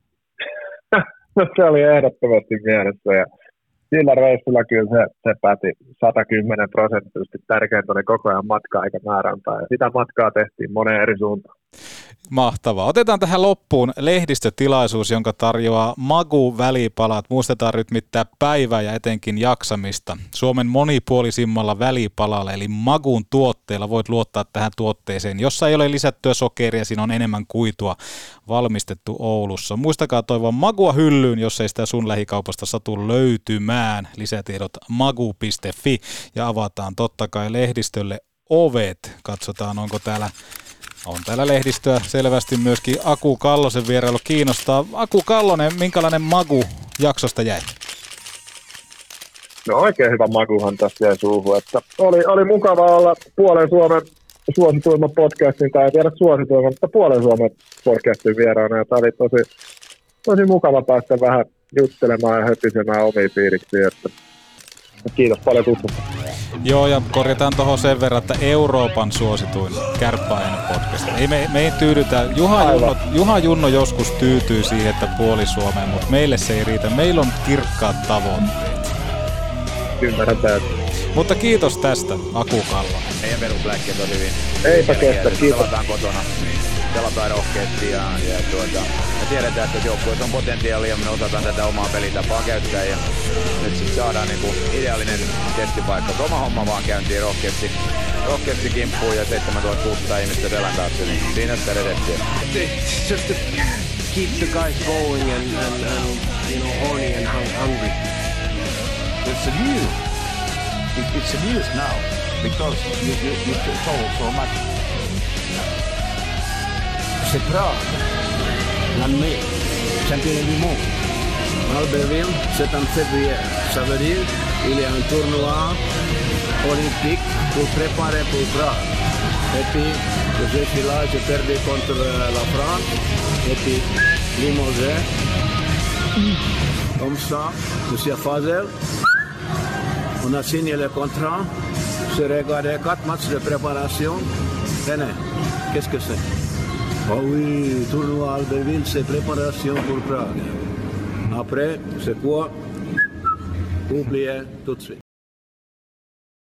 No se oli ehdottomasti mielessä ja sillä reissulla kyllä se, se pääti sata kymmenen prosenttisesti. Tärkeintä oli koko ajan matka eikä määränpää. Ja sitä matkaa tehtiin moneen eri suuntaan. Mahtavaa. Otetaan tähän loppuun lehdistötilaisuus, jonka tarjoaa Magu-välipalat. Muistetaan rytmittää päivää ja etenkin jaksamista. Suomen monipuolisimmalla välipalalla, eli Magun tuotteella voit luottaa tähän tuotteeseen. Jossa ei ole lisättyä sokeria, siinä on enemmän kuitua, valmistettu Oulussa. Muistakaa toivoa Magua hyllyyn, jos ei sitä sun lähikaupasta satu löytymään. Lisätiedot magu piste fi ja avataan totta kai lehdistölle ovet. Katsotaan, onko täällä On täällä lehdistöä selvästi myöskin Aku Kallosen vierailu kiinnostaa. Aku Kallonen, minkälainen magu jaksosta jäi? No oikein hyvä maguhan tässä jäi suuhun. Että oli, oli mukava olla puolen Suomen suosituimman podcastin, tai en tiedä suosituimman, mutta puolen Suomen podcastin vieraana. Ja tämä oli tosi, tosi mukava päästä vähän juttelemaan ja höpisemään omia fiiliksiä. Että kiitos paljon kutsusta. Joo, ja korjataan tuohon sen verran, että Euroopan suosituin Kärppäinen podcast. Ei, me, me ei tyydytä. Juha Junno, Juha Junno joskus tyytyy siihen, että puoli Suomeen, mutta meille se ei riitä. Meillä on kirkkaat tavoitteet. Ymmärretään. Mutta kiitos tästä, Aku Kallo. Meidän perusläkkeet on hyvin. Eipä kestä, kiitos. Pelataan kotona. Pelataan rohkeasti ja, ja tuota, me tiedetään, että joukkueessa on potentiaalia ja me osataan tätä omaa pelitapaa käyttää ja nyt sitten saadaan niinku ideaalinen testipaikka. Oma homma vaan käyntiin rohkeasti, rohkeasti kimppuun ja seitsemäntuhatta kuusisataa ihmistä selän taakse, niin siinä sitä reseptiä. It's just to keep the guys going and, and, and you know, horny and hungry. It's a news. It, it's a news now because you, you, you told so much. C'est Prague, l'année, championnat du monde. Albertville, c'est en février. Ça veut dire qu'il y a un tournoi olympique pour préparer pour Prague. Et puis, je suis là, j'ai perdu contre la France. Et puis, Limoges. Comme ça, Monsieur Fazel, on a signé le contrat. J'ai regardé quatre matchs de préparation. Tenez, qu'est-ce que c'est? Oh oui, tournoi Albertville, c'est préparation pour Prague. Après, c'est quoi? Oubliez tout de suite.